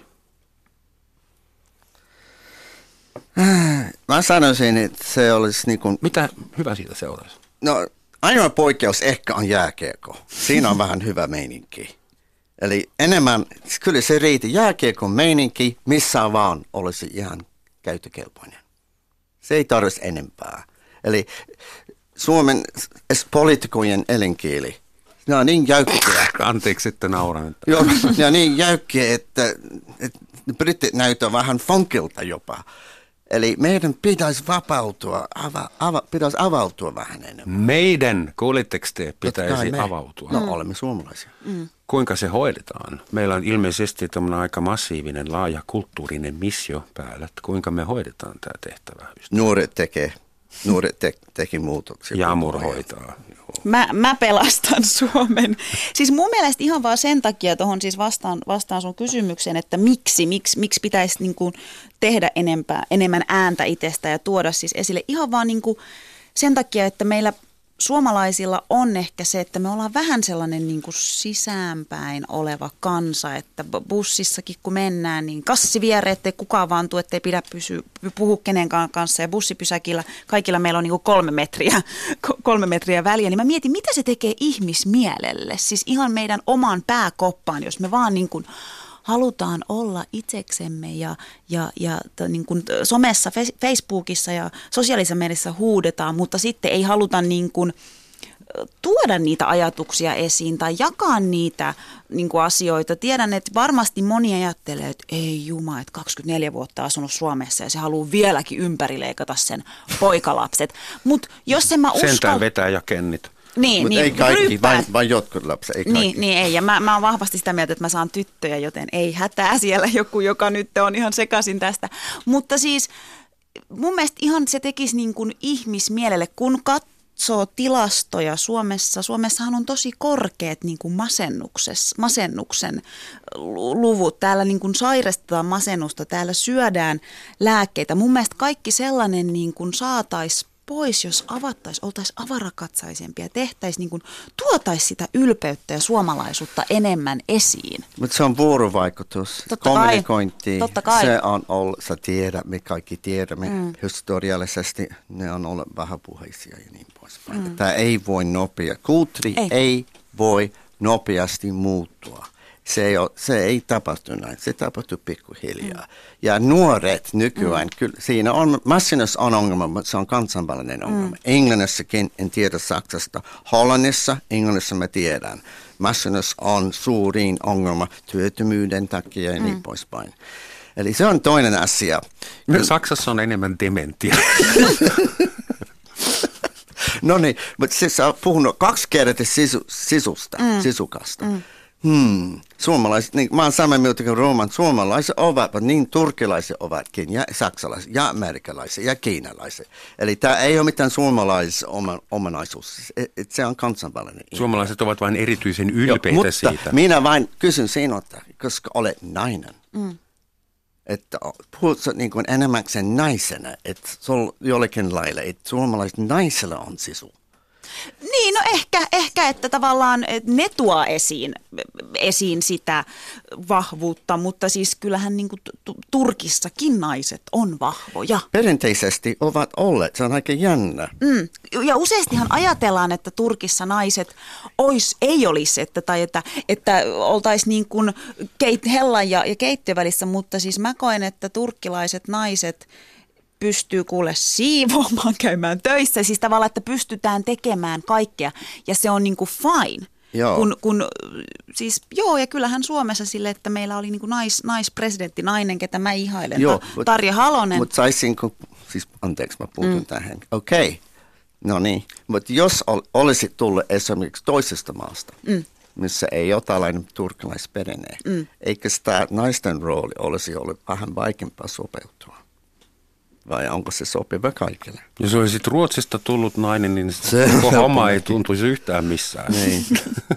[SPEAKER 2] Mä sanoisin, että se olisi niin kuin...
[SPEAKER 3] Mitä hyvä siitä seuraisi?
[SPEAKER 2] No ainoa poikkeus ehkä on jääkiekko. Siinä on vähän hyvä meininki. Eli enemmän, kyllä se riitti jääkiekon meininki, missä vaan olisi ihan käyttökelpoinen. Se ei tarvitse enempää. Eli Suomen poliitikojen elinkieli, ne on niin jäykkiä.
[SPEAKER 3] Anteeksi, että nauran.
[SPEAKER 2] Joo, ne on niin jäykkiä, että, että britit näyttää vähän funkilta jopa. Eli meidän pitäisi vapautua, ava, ava, pitäisi avautua vähän enemmän.
[SPEAKER 3] Meidän, kuulitteko te, pitäisi me. avautua?
[SPEAKER 2] No, mm. olemme suomalaisia.
[SPEAKER 3] Mm. Kuinka se hoidetaan? Meillä on ilmeisesti tämmöinen aika massiivinen, laaja kulttuurinen missio päällä. Että kuinka me hoidetaan tämä tehtävä?
[SPEAKER 2] Nuoret tekee, nuoret te, teki muutoksia.
[SPEAKER 3] Jamur hoitaa.
[SPEAKER 4] Mä, mä pelastan Suomen. Siis mun mielestä ihan vaan sen takia tuohon siis vastaan, vastaan sun kysymykseen, että miksi, miksi, miksi pitäisi niin kuin tehdä enempää, enemmän ääntä itsestä ja tuoda siis esille. Ihan vaan niin kuin sen takia, että meillä suomalaisilla on ehkä se, että me ollaan vähän sellainen niin kuin sisäänpäin oleva kansa, että bussissakin kun mennään, niin kassi viereen, ettei kukaan vaan tuu, ettei pidä pysy, puhu kenenkään kanssa ja bussipysäkillä kaikilla meillä on niin kuin kolme metriä, kolme metriä väliä, niin mä mietin, mitä se tekee ihmismielelle, siis ihan meidän omaan pääkoppaan, jos me vaan niin kuin halutaan olla itseksemme ja, ja, ja t, niin kuin somessa, Facebookissa ja sosiaalisessa mielessä huudetaan, mutta sitten ei haluta niin kuin tuoda niitä ajatuksia esiin tai jakaa niitä niin kuin asioita. Tiedän, että varmasti moni ajattelee, että ei juma, että kaksikymmentäneljä vuotta asunut Suomessa ja se haluaa vieläkin ympärileikata sen poikalapset. Mutta jos en mä uskal...
[SPEAKER 3] Sentään vetää ja kennit.
[SPEAKER 4] Niin,
[SPEAKER 2] Mutta
[SPEAKER 4] niin,
[SPEAKER 2] ei kaikki,
[SPEAKER 4] ryppäät.
[SPEAKER 2] vain, vain jotkut lapset, ei kaikki.
[SPEAKER 4] Niin, niin ei, ja mä, mä oon vahvasti sitä mieltä, että mä saan tyttöjä, joten ei hätää siellä joku, joka nyt on ihan sekaisin tästä. Mutta siis mun mielestä ihan se tekisi niin kuin ihmismielelle, kun katsoo tilastoja Suomessa. Suomessahan on tosi korkeat niin kuin masennuksen luvut. Täällä niin kuin sairastetaan masennusta, täällä syödään lääkkeitä. Mun mielestä kaikki sellainen niin kuin saataisiin pois, jos avattaisiin, oltaisiin avarakatsaisempia, tehtäisiin, niin kuin, tuotaisiin sitä ylpeyttä ja suomalaisuutta enemmän esiin.
[SPEAKER 2] Mutta se on vuorovaikutus,
[SPEAKER 4] Totta
[SPEAKER 2] kommunikointi,
[SPEAKER 4] Totta kai.
[SPEAKER 2] se on ollut, sä tiedät, me kaikki tiedämme mm. historiallisesti, ne on ollut vähäpuheisia ja niin poispäin. Mm. Tämä ei voi nopea, kulttuuri ei. ei voi nopeasti muuttua. Se ei, ole, se ei tapahtu näin, se tapahtuu pikkuhiljaa. Mm. Ja nuoret nykyään, mm. kyllä siinä on, massinassa on ongelma, mutta se on kansainvälinen ongelma. Mm. Englannissakin, en tiedä Saksasta, Hollannissa, Englannissa mä tiedän. Massinassa on suurin ongelma työttömyyden takia ja mm. niin poispäin. Eli se on toinen asia.
[SPEAKER 3] Saksassa on enemmän dementia.
[SPEAKER 2] No niin, mutta siis sä oot puhunut kaksi kertaa sisu, sisusta, mm. sisukasta. Mm. Hmm. Suomalaiset, niin, mä oon samaa mieltä kuin Rooman, suomalaiset ovat, niin turkilaiset ovatkin, ja saksalaiset, ja amerikalaiset, ja kiinalaiset. Eli tämä ei ole mitään suomalais-omanaisuus, se on kansainvälinen.
[SPEAKER 3] Suomalaiset ovat vain erityisen ylpeitä
[SPEAKER 2] jo, mutta
[SPEAKER 3] siitä.
[SPEAKER 2] Minä vain kysyn sinulta, koska olet nainen, mm. että puhutko niin kuin enemmäkseen naisena, että sul jollekin lailla, että suomalaiset naisella on sisu.
[SPEAKER 4] Niin, no ehkä, ehkä että tavallaan ne tuo esiin, esiin sitä vahvuutta, mutta siis kyllähän niin kuin Turkissakin naiset on vahvoja.
[SPEAKER 2] Perinteisesti ovat olleet, se on aika jännä.
[SPEAKER 4] Mm. Ja useastihan ajatellaan, että Turkissa naiset ois, ei olisi, että, tai että, että oltaisiin niin kuin keit, hellan ja, ja keittiön välissä, mutta siis mä koen, että turkkilaiset naiset pystyy kuule siivoamaan, käymään töissä, siis tavallaan, että pystytään tekemään kaikkea ja se on niin kuin fine.
[SPEAKER 2] Joo.
[SPEAKER 4] Kun, kun, siis, joo, ja kyllähän Suomessa sille, että meillä oli niin kuin nais, naispresidentti, nainen, ketä mä ihailen, joo, ta, Tarja Halonen.
[SPEAKER 2] Mutta saisinko, siis anteeksi mä puutun mm. tähän, okei, okay. No niin, mutta jos ol, olisi tullut esimerkiksi toisesta maasta, mm. missä ei ole tällainen turkkilaisperinne, mm. eikö sitä naisten rooli olisi ollut vähän vaikeampaa sopeutua? Vai onko se sopiva kaikille?
[SPEAKER 3] Jos olisit Ruotsista tullut nainen, niin se koko homma ei tuntuisi yhtään missään. Niin.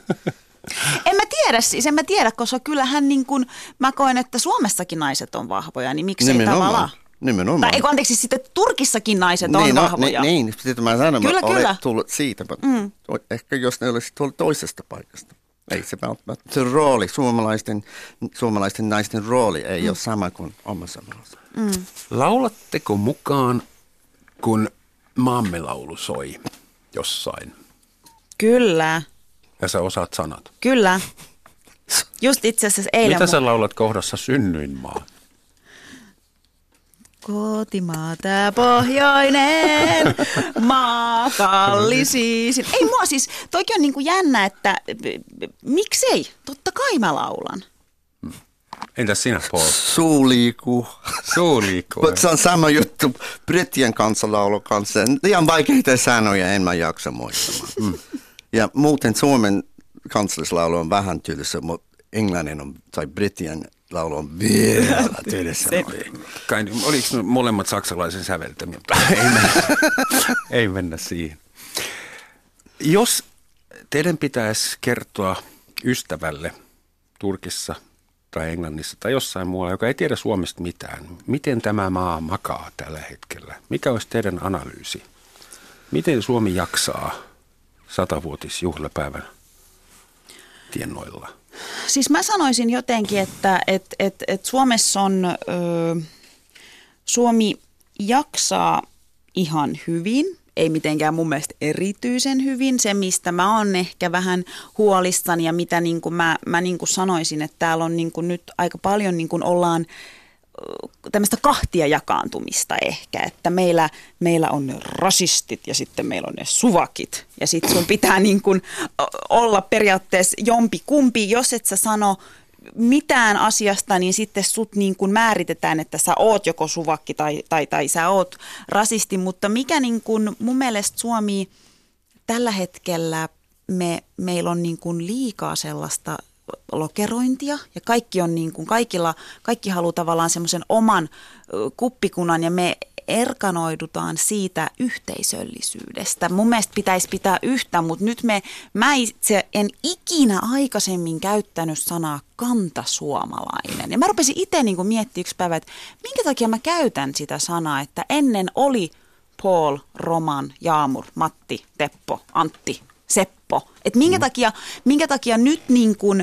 [SPEAKER 4] En mä tiedä siis, en mä tiedä, koska kyllähän niin kuin, mä koen, että Suomessakin naiset on vahvoja, niin miksei
[SPEAKER 2] Nimenomaan.
[SPEAKER 4] tavallaan?
[SPEAKER 2] Nimenomaan.
[SPEAKER 4] Tai anteeksi, sitten Turkissakin naiset
[SPEAKER 2] niin,
[SPEAKER 4] on
[SPEAKER 2] no,
[SPEAKER 4] vahvoja.
[SPEAKER 2] Niin, niin, sitten mä sanon,
[SPEAKER 4] kyllä,
[SPEAKER 2] että olet tullut siitä, mutta mm. ehkä jos ne olisi tullut toisesta paikasta. Ei se välttämättä. Se rooli, suomalaisten, suomalaisten naisten rooli ei mm. ole sama kuin omassa maassa.
[SPEAKER 4] Mm.
[SPEAKER 3] Laulatteko mukaan, kun maamme laulu soi jossain?
[SPEAKER 4] Kyllä.
[SPEAKER 3] Ja sä osaat sanat?
[SPEAKER 4] Kyllä. Just itse asiassa eilen...
[SPEAKER 3] Mitä sä laulat kohdassa Synnyinmaa?
[SPEAKER 4] Kotimaa tää pohjoinen, maa kallisiisin. Ei mua siis, toikin on niinku jännä, että miksei? Totta kai mä laulan.
[SPEAKER 3] Entäs sinä, Paul?
[SPEAKER 2] Suu liikuu.
[SPEAKER 3] Suu liikuu.
[SPEAKER 2] Mutta se on sama juttu brittien kanssa laulun kanssa. Liian vaikeita sanoja en mä jaksa muistamaan. Mm. Ja muuten Suomen kansallislaulu on vähän tylsä, mutta englannin on, tai brittien laulu on vielä tylsä.
[SPEAKER 3] Oliko molemmat saksalaisen säveltämiä? ei, mennä, ei mennä siihen. Jos teidän pitäisi kertoa ystävälle Turkissa tai Englannissa tai jossain muualla, joka ei tiedä Suomesta mitään, miten tämä maa makaa tällä hetkellä? Mikä olisi teidän analyysi? Miten Suomi jaksaa satavuotisjuhlapäivän tiennoilla?
[SPEAKER 4] Siis mä sanoisin jotenkin, että et, et, et Suomessa on, ö, Suomi jaksaa ihan hyvin, ei mitenkään mun mielestä erityisen hyvin. Se, mistä mä oon ehkä vähän huolissani ja mitä niin kuin mä, mä niin kuin sanoisin, että täällä on niin kuin nyt aika paljon niin kuin ollaan tämmöistä kahtia jakaantumista ehkä, että meillä, meillä on ne rasistit ja sitten meillä on ne suvakit ja sitten sun pitää niin kuin olla periaatteessa jompi kumpi, jos et sä sano mitään asiasta, niin sitten sut niin kuin määritetään, että sä oot joko suvakki tai, tai, tai sä oot rasisti, mutta mikä niin kuin mun mielestä Suomi tällä hetkellä, me, meillä on niin kuin liikaa sellaista lokerointia ja kaikki on niin kuin, kaikilla, kaikki haluaa tavallaan semmoisen oman kuppikunnan ja me erkanoidutaan siitä yhteisöllisyydestä. Mun mielestä pitäisi pitää yhtä, mutta nyt me, mä itse en ikinä aikaisemmin käyttänyt sanaa kantasuomalainen. Ja mä rupesin itse niin kuin miettimään yksi päivä, että minkä takia mä käytän sitä sanaa, että ennen oli Paul, Roman, Jaamur, Matti, Teppo, Antti, Seppo. Että minkä, mm. takia, minkä takia nyt niin kuin,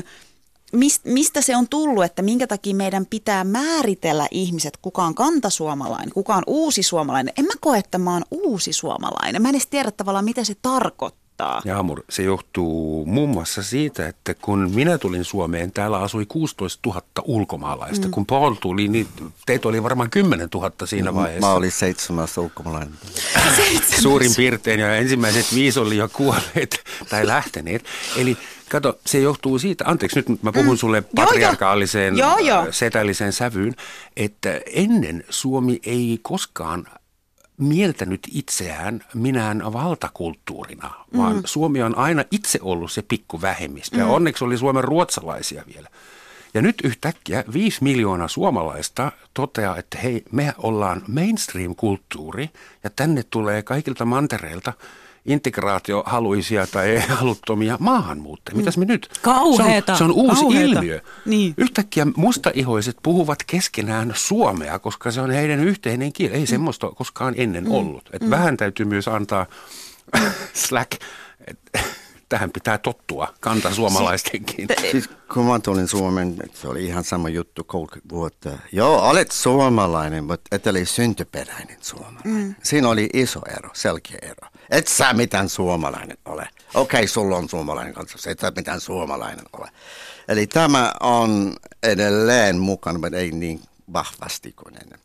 [SPEAKER 4] mistä se on tullut, että minkä takia meidän pitää määritellä ihmiset, kuka on kantasuomalainen, kuka on uusi suomalainen. En mä koe, että mä oon uusi suomalainen. Mä en edes tiedä tavallaan, mitä se tarkoittaa.
[SPEAKER 3] Jaamur, se johtuu muun muassa siitä, että kun minä tulin Suomeen, täällä asui kuusitoistatuhatta ulkomaalaista. Mm. Kun Paul tuli, niin teitä oli varmaan kymmenentuhatta siinä vaiheessa.
[SPEAKER 2] Mä olin seitsemäs ulkomaalainen.
[SPEAKER 3] Suurin piirtein, ja ensimmäiset viisi oli jo kuolleet tai lähteneet. Eli kato, se johtuu siitä, anteeksi nyt mä puhun mm. sulle patriarkaaliseen, joo, joo. setälliseen sävyyn, että ennen Suomi ei koskaan mieltänyt itseään minään valtakulttuurina, vaan mm. Suomi on aina itse ollut se pikkuvähemmistö. Mm. Ja onneksi oli Suomen ruotsalaisia vielä. Ja nyt yhtäkkiä viisi miljoonaa suomalaista toteaa, että hei, me ollaan mainstream-kulttuuri ja tänne tulee kaikilta mantereilta integraatiohaluisia tai ei-haluttomia maahanmuuttajia. Mitäs me nyt?
[SPEAKER 4] Kauheeta.
[SPEAKER 3] Se on, se on uusi
[SPEAKER 4] Kauheeta.
[SPEAKER 3] ilmiö.
[SPEAKER 4] Niin.
[SPEAKER 3] Yhtäkkiä mustaihoiset puhuvat keskenään suomea, koska se on heidän yhteinen kieli. Ei mm. semmoista koskaan ennen mm. ollut. Et mm. Vähän täytyy myös antaa slack. Et, tähän pitää tottua kantasuomalaistenkin.
[SPEAKER 2] Siis, kun mä tulin Suomeen, se oli ihan sama juttu kolmekymmentä vuotta. Joo, olet suomalainen, mutta et ole syntyperäinen suomalainen. Mm. Siinä oli iso ero, selkeä ero. Et sä mitään suomalainen ole. Okei, okay, sulla on suomalainen kanssa, et sä mitään suomalainen ole. Eli tämä on edelleen mukana, mutta ei niin vahvasti kuin ennen.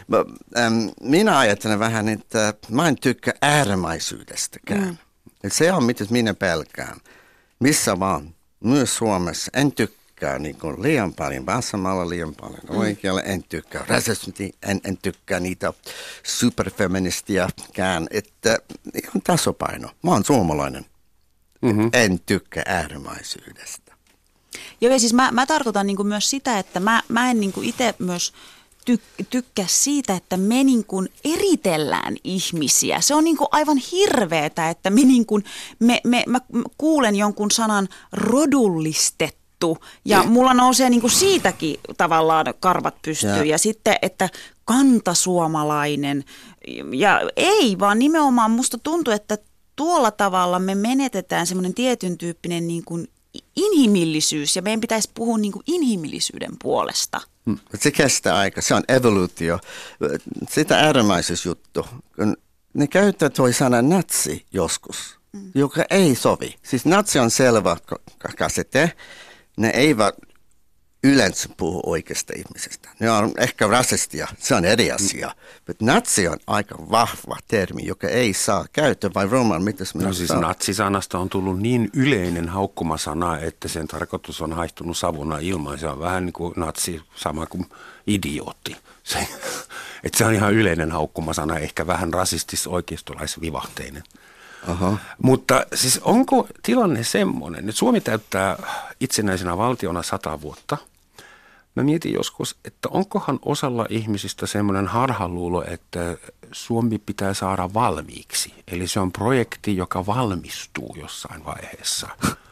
[SPEAKER 2] Minä ajattelen vähän, että mä en tykkää äärimmäisyydestäkään. Mm. Se on, mitä minä pelkään. Missä vaan, myös Suomessa, en tykkää niin kuin liian paljon, vasemmalla liian paljon, mm. oikealle en tykkää, rasismi, en, en tykkää niitä superfeministiäkään, että ihan tasapaino. Mä oon suomalainen, mm-hmm. en tykkää äärimmäisyydestä.
[SPEAKER 4] Joo, ja siis mä, mä tarkoitan niin kuin myös sitä, että mä, mä en niin kuin itse myös Tyk- tykkää siitä, että me niin kuin eritellään ihmisiä. Se on niin kuin aivan hirveetä, että me niin kuin, me, me, mä kuulen jonkun sanan rodullistettu ja mulla nousee niin kuin siitäkin tavallaan karvat pystyyn. Ja. ja sitten, että kantasuomalainen ja ei, vaan nimenomaan musta tuntuu, että tuolla tavalla me menetetään semmoinen tietyn tyyppinen niin kuin inhimillisyys ja meidän pitäisi puhua niin kuin inhimillisyyden puolesta.
[SPEAKER 2] Se kestää aika, se on evoluutio. Sitä äärimmäisyysjuttu, kun ne käyttää toi sana natsi joskus, mm. joka ei sovi. Siis natsi on selvä käsite, ne eivät yleensä puhu oikeasta ihmisestä. Ne on ehkä rasistia, se on eri asia. Mm. Mutta natsi on aika vahva termi, joka ei saa käyttää, vai Roman, mitäs minä
[SPEAKER 3] No siis saa? Natsisanasta on tullut niin yleinen haukkumasana, että sen tarkoitus on haihtunut savuna ilmaan. Se on vähän niin kuin natsi, sama kuin idiootti. Se, että se on ihan yleinen haukkumasana, ehkä vähän rasistis-oikeistolaisvivahteinen. Aha. Mutta siis onko tilanne semmoinen, että Suomi täyttää itsenäisenä valtiona sata vuotta. Mä mietin joskus, että onkohan osalla ihmisistä semmoinen harhaluulo, että Suomi pitää saada valmiiksi. Eli se on projekti, joka valmistuu jossain vaiheessa.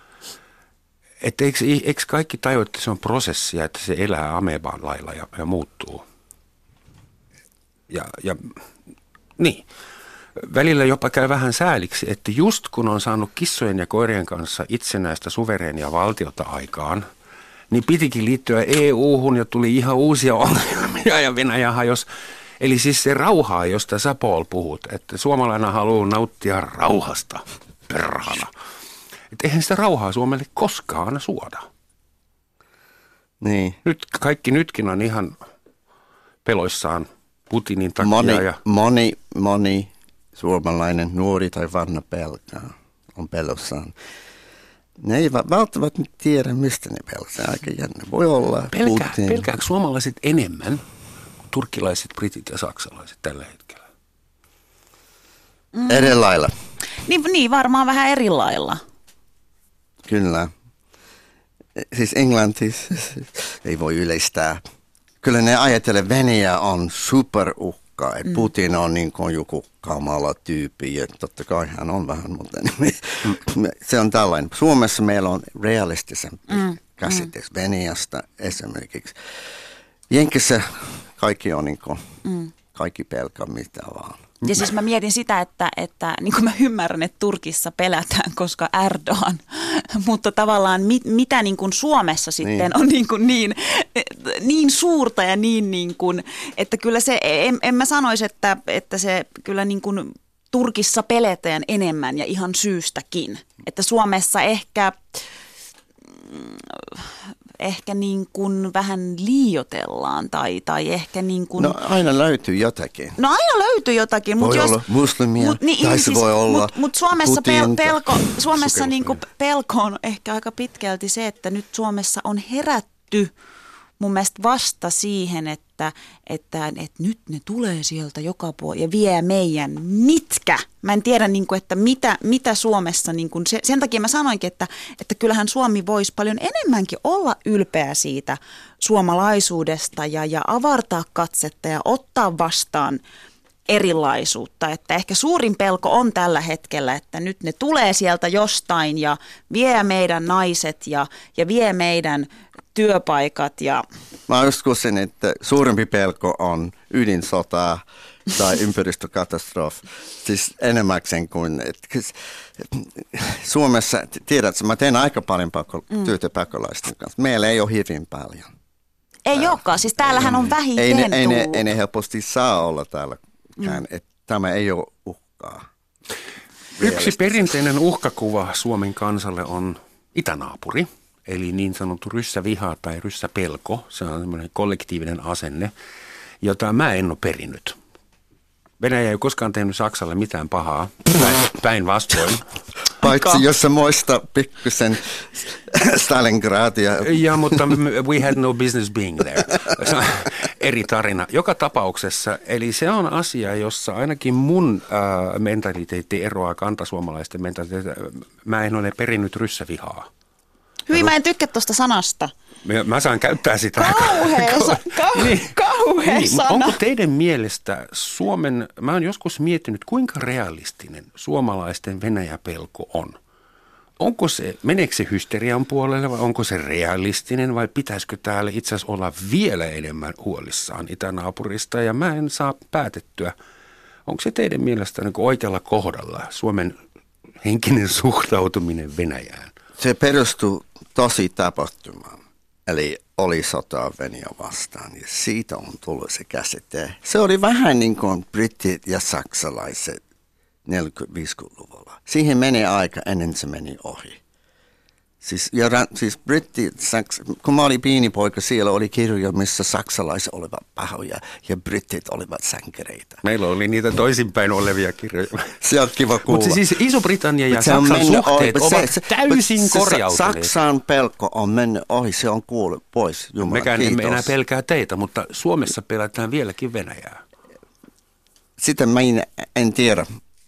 [SPEAKER 3] Että eikö, eikö kaikki tajua, että se on prosessia, että se elää ameban lailla ja, ja muuttuu? Ja, ja niin. välillä jopa käy vähän sääliksi, että just kun on saanut kissojen ja koirien kanssa itsenäistä suvereenia valtiota aikaan, niin pitikin liittyä E U-hun ja tuli ihan uusia ongelmia ja Venäjä hajosi. Eli siis se rauhaa, josta sä Paul puhut, että suomalainen haluaa nauttia rauhasta, perhana. Että eihän sitä rauhaa Suomelle koskaan suoda.
[SPEAKER 2] Niin.
[SPEAKER 3] Nyt kaikki nytkin on ihan peloissaan Putinin takia.
[SPEAKER 2] Moni,
[SPEAKER 3] ja...
[SPEAKER 2] moni, moni suomalainen nuori tai vanha pelkää, on pelossaan. Ne ei välttämättä tiedä, mistä ne pelkää. Aika jännä. Voi olla.
[SPEAKER 3] Pelkää, pelkääkö suomalaiset enemmän kuin turkkilaiset, britit ja saksalaiset tällä hetkellä?
[SPEAKER 4] Mm.
[SPEAKER 2] Eri lailla.
[SPEAKER 4] Niin, niin, varmaan vähän eri lailla.
[SPEAKER 2] Kyllä. Siis Englanti ei voi yleistää. Kyllä ne ajattelee, Venäjä on superuhka. Mm. Putin on niin kuin joku kamala tyyppi. Ja totta kai hän on vähän, mutta mm. se on tällainen. Suomessa meillä on realistisempi mm. käsite mm. Venäjästä esimerkiksi. Jenkissä kaikki on niin kuin, mm. kaikki pelkää mitä vaan.
[SPEAKER 4] Ja siis mä mietin sitä, että, että niin kuin mä ymmärrän, että Turkissa pelätään, koska Erdogan, mutta tavallaan mit, mitä niin kuin Suomessa sitten niin. on niin, kuin niin, niin suurta ja niin, niin kuin, että kyllä se, en, en mä sanoisi, että, että se kyllä niin kuin Turkissa pelätään enemmän ja ihan syystäkin, että Suomessa ehkä... ehkä niin kuin vähän liioitellaan tai, tai ehkä niin kuin...
[SPEAKER 2] No aina löytyy jotakin.
[SPEAKER 4] No aina löytyy jotakin.
[SPEAKER 2] Voi
[SPEAKER 4] mut
[SPEAKER 2] olla
[SPEAKER 4] jos,
[SPEAKER 2] muslimia
[SPEAKER 4] mut, niin,
[SPEAKER 2] tai se
[SPEAKER 4] siis,
[SPEAKER 2] voi olla
[SPEAKER 4] Mutta mut Suomessa, pel, pelko, Suomessa niin kuin
[SPEAKER 3] Sukellusmia.
[SPEAKER 4] pelko on ehkä aika pitkälti se, että nyt Suomessa on herätty mun mielestä vasta siihen, että, että, että nyt ne tulee sieltä joka puolella ja vie meidän mitkä. Mä en tiedä, niin kuin, että mitä, mitä Suomessa, niin kuin, se, sen takia mä sanoinkin, että, että kyllähän Suomi voisi paljon enemmänkin olla ylpeä siitä suomalaisuudesta ja, ja avartaa katsetta ja ottaa vastaan erilaisuutta. Että ehkä suurin pelko on tällä hetkellä, että nyt ne tulee sieltä jostain ja vie meidän naiset ja, ja vie meidän työpaikat. Ja...
[SPEAKER 2] Mä uskoisin, että suurempi pelko on ydinsota tai ympäristökatastrofi. Siis enemmäkseen kuin, että Suomessa, tiedätkö, mä teen aika paljon pako, mm. työtä pakolaisten kanssa. Meillä ei ole hyvin paljon.
[SPEAKER 4] Ei Tää, olekaan, siis täällähän on vähiten
[SPEAKER 2] ei ne,
[SPEAKER 4] tullut.
[SPEAKER 2] Ei ne, ei ne helposti saa olla täälläkään, mm. että tämä ei ole uhkaa.
[SPEAKER 3] Yksi perinteinen uhkakuva Suomen kansalle on itänaapuri, eli niin sanottu ryssäviha tai ryssäpelko. Se on semmoinen kollektiivinen asenne, jota mä en ole perinnyt. Venäjä ei koskaan tehnyt Saksalle mitään pahaa, päinvastoin.
[SPEAKER 2] Paitsi jos sä muista pikkusen Stalingradia.
[SPEAKER 3] Ja, mutta we had no business being there. Eri tarina. Joka tapauksessa, eli se on asia, jossa ainakin mun äh, mentaliteetti eroaa kantasuomalaisten mentaliteetti. Mä en ole perinnyt ryssävihaa.
[SPEAKER 4] Hyvin, mä en tykkää tuosta sanasta.
[SPEAKER 3] Mä, mä saan käyttää sitä.
[SPEAKER 4] Kauhea, sa- kau-
[SPEAKER 3] niin.
[SPEAKER 4] kauhea
[SPEAKER 3] niin,
[SPEAKER 4] sana.
[SPEAKER 3] Onko teidän mielestä Suomen, mä oon joskus miettinyt, kuinka realistinen suomalaisten Venäjä-pelko on? Onko se, meneekö se hysterian puolelle vai onko se realistinen vai pitäisikö täällä itse asiassa olla vielä enemmän huolissaan itänaapurista ja mä en saa päätettyä. Onko se teidän mielestä niin kuin oikealla kohdalla Suomen henkinen suhtautuminen Venäjään?
[SPEAKER 2] Se perustuu tosi tapahtumaan, eli oli sotaa Venäjä vastaan ja siitä on tullut se käsite. Se oli vähän niin kuin britit ja saksalaiset neljäkymmentä-viisikymmentäluvulla. Siihen meni aika ennen se meni ohi. Siis, ja, siis britti, saks, kun mä olin pieni poika, siellä oli kirjoja, missä saksalaiset olivat pahoja ja britit olivat sankareita.
[SPEAKER 3] Meillä oli niitä toisinpäin olevia kirjoja.
[SPEAKER 2] Se on kiva kuulla.
[SPEAKER 3] Mutta siis Iso-Britannia ja
[SPEAKER 2] Saksan
[SPEAKER 3] suhteet
[SPEAKER 2] ohi,
[SPEAKER 3] ovat
[SPEAKER 2] se,
[SPEAKER 3] täysin
[SPEAKER 2] se,
[SPEAKER 3] korjautuneet.
[SPEAKER 2] Saksan pelko on mennyt ohi, se on kuullut pois. Jumala,
[SPEAKER 3] Mekään emme
[SPEAKER 2] kiitos.
[SPEAKER 3] enää pelkää teitä, mutta Suomessa pelätään vieläkin Venäjää.
[SPEAKER 2] Sitä mä en, en tiedä.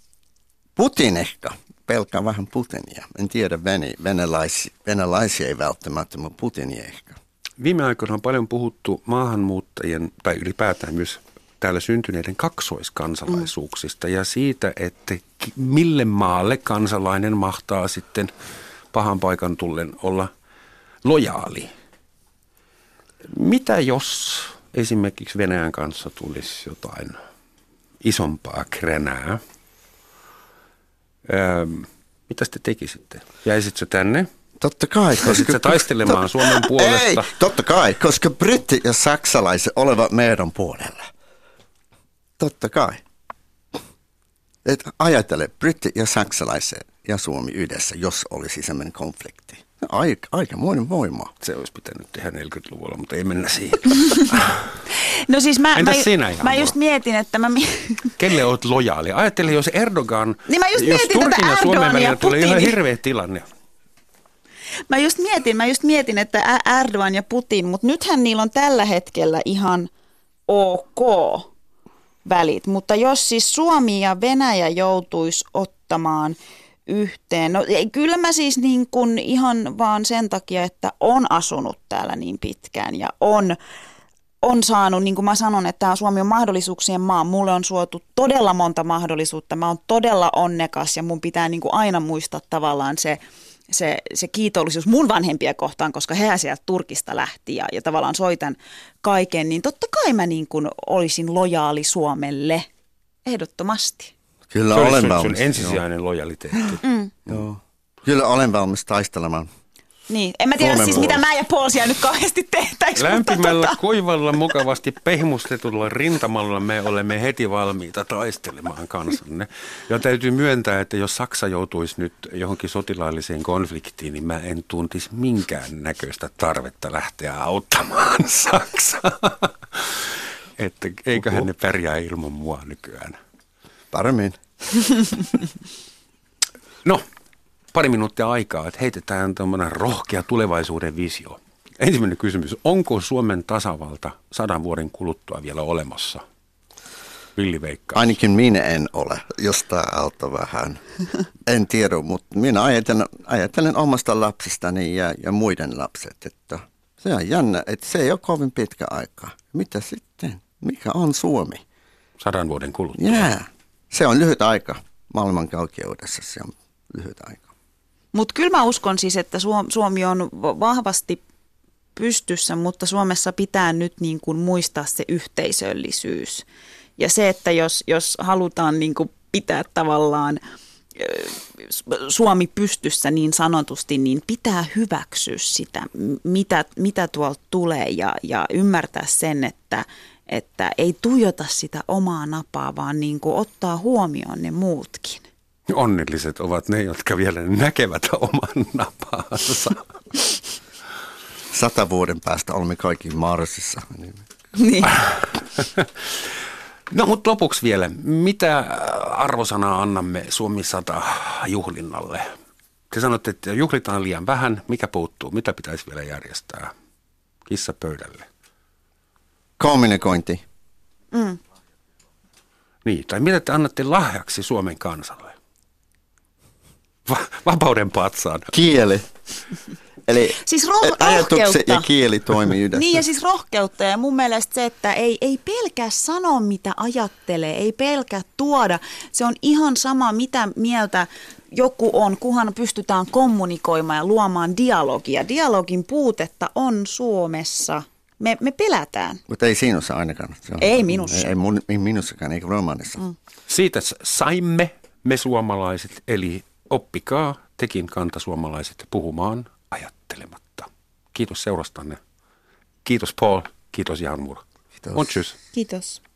[SPEAKER 2] Putin ehkä. Pelkää vähän Putinia. En tiedä, venäläisiä, venäläisiä ei välttämättä, mutta Putinia ehkä.
[SPEAKER 3] Viime aikoina on paljon puhuttu maahanmuuttajien, tai ylipäätään myös täällä syntyneiden kaksoiskansalaisuuksista mm. ja siitä, että mille maalle kansalainen mahtaa sitten pahan paikan tullen olla lojaali. Mitä jos esimerkiksi Venäjän kanssa tulisi jotain isompaa kränää? Öö, mitä te tekisitte? Jäisitkö tänne?
[SPEAKER 2] Totta kai.
[SPEAKER 3] Koska taistelemaan to, Suomen puolesta?
[SPEAKER 2] Ei, totta kai, koska britti ja saksalaiset olevat meidän puolella. Totta kai. Et ajattele, britti ja saksalaiset ja Suomi yhdessä, jos olisi sellainen konflikti. Aika, aikamoinen voima.
[SPEAKER 3] Se olisi pitänyt tehdä neljäkymmentäluvulla, mutta ei mennä siihen.
[SPEAKER 4] No siis mä,
[SPEAKER 3] Entäs
[SPEAKER 4] mä,
[SPEAKER 3] sinä,
[SPEAKER 4] mä just mietin, että mä...
[SPEAKER 3] Kelle oot lojaali? Ajattele, jos Erdogan,
[SPEAKER 4] niin jos
[SPEAKER 3] jos Turkin ja Suomen välillä tulee ihan hirveä tilanne.
[SPEAKER 4] Mä just mietin, mä just mietin, että Erdogan ja Putin, mutta nythän niillä on tällä hetkellä ihan ok välit. Mutta jos siis Suomi ja Venäjä joutuisi ottamaan yhteen, no ei, kyllä mä siis niin kuin ihan vaan sen takia, että on asunut täällä niin pitkään ja on, on saanut, niin kuin mä sanon, että Suomi on mahdollisuuksien maa. Mulle on suotu todella monta mahdollisuutta, mä oon todella onnekas ja mun pitää niin kuin aina muistaa tavallaan se, Se, se kiitollisuus mun vanhempia kohtaan, koska he sieltä Turkista lähti ja, ja tavallaan soitan kaiken, niin totta kai mä niin kuin olisin lojaali Suomelle, ehdottomasti.
[SPEAKER 2] Kyllä
[SPEAKER 3] se
[SPEAKER 2] olen
[SPEAKER 3] sun,
[SPEAKER 2] valmis.
[SPEAKER 3] Sun ensisijainen lojaliteetti.
[SPEAKER 4] Mm.
[SPEAKER 2] Joo. Kyllä olen valmis taistelemaan.
[SPEAKER 4] Niin, en mä tiedä
[SPEAKER 2] Suomen
[SPEAKER 4] siis
[SPEAKER 2] puolesta.
[SPEAKER 4] mitä mä ja Paul siellä nyt kauheasti tehtäisiin.
[SPEAKER 3] Lämpimällä,
[SPEAKER 4] tota...
[SPEAKER 3] kuivalla, mukavasti pehmustetulla rintamalla me olemme heti valmiita taistelemaan kanssanne. Ja täytyy myöntää, että jos Saksa joutuisi nyt johonkin sotilaalliseen konfliktiin, niin mä en tuntisi minkään näköistä tarvetta lähteä auttamaan Saksaa. Että eiköhän ne pärjää ilman mua nykyään.
[SPEAKER 2] Paremmin.
[SPEAKER 3] No. Pari minuuttia aikaa, että heitetään tämmöinen rohkea tulevaisuuden visio. Ensimmäinen kysymys, onko Suomen tasavalta sadan vuoden kuluttua vielä olemassa? Villi Veikkaus.
[SPEAKER 2] Ainakin minä en ole, jos tämä auttaa vähän. En tiedä, mutta minä ajattelen, ajattelen omasta lapsistani ja, ja muiden lapset, että se on jännä, että se ei ole kovin pitkä aika. Mitä sitten? Mikä on Suomi?
[SPEAKER 3] Sadan vuoden kuluttua.
[SPEAKER 2] Jää. Se on lyhyt aika. Maailmankaikkeudessa se on lyhyt aika.
[SPEAKER 4] Mutta kyllä mä uskon siis, että Suomi on vahvasti pystyssä, mutta Suomessa pitää nyt niin kuin muistaa se yhteisöllisyys. Ja se, että jos, jos halutaan niin kuin pitää tavallaan Suomi pystyssä niin sanotusti, niin pitää hyväksyä sitä, mitä, mitä tuolta tulee ja, ja ymmärtää sen, että, että ei tuijota sitä omaa napaa, vaan niin kuin ottaa huomioon ne muutkin.
[SPEAKER 3] Onnelliset ovat ne, jotka vielä näkevät oman napaansa.
[SPEAKER 2] Sata vuoden päästä olemme kaikki Marsissa.
[SPEAKER 4] Niin.
[SPEAKER 3] No mutta lopuksi vielä, mitä arvosanaa annamme Suomi sata juhlinnalle? Te sanotte, että juhlitaan liian vähän. Mikä puuttuu? Mitä pitäisi vielä järjestää? Kissa pöydälle.
[SPEAKER 2] Kommunikointi.
[SPEAKER 4] Mm.
[SPEAKER 3] Niin, tai mitä te annatte lahjaksi Suomen kansalle? Va- vapauden patsaan.
[SPEAKER 2] Kieli. Eli
[SPEAKER 4] siis roh-
[SPEAKER 2] ajatukset ja kieli toimii yhdessä.
[SPEAKER 4] Niin ja siis rohkeutta ja mun mielestä se, että ei, ei pelkää sanoa mitä ajattelee, ei pelkää tuoda. Se on ihan sama mitä mieltä joku on, kunhan pystytään kommunikoimaan ja luomaan dialogia. Dialogin puutetta on Suomessa. Me, me pelätään.
[SPEAKER 2] Mutta ei sinussa ainakaan. Se on,
[SPEAKER 4] ei minussa.
[SPEAKER 2] Ei, ei, mun, ei minussakaan, eikä romaanissa. Mm.
[SPEAKER 3] Siitä saimme me suomalaiset, eli oppikaa tekin kantasuomalaiset puhumaan ajattelematta. Kiitos seurastanne. Kiitos Paul, kiitos Jan Mur.
[SPEAKER 2] Kiitos.
[SPEAKER 3] Und tschüss.
[SPEAKER 4] Kiitos.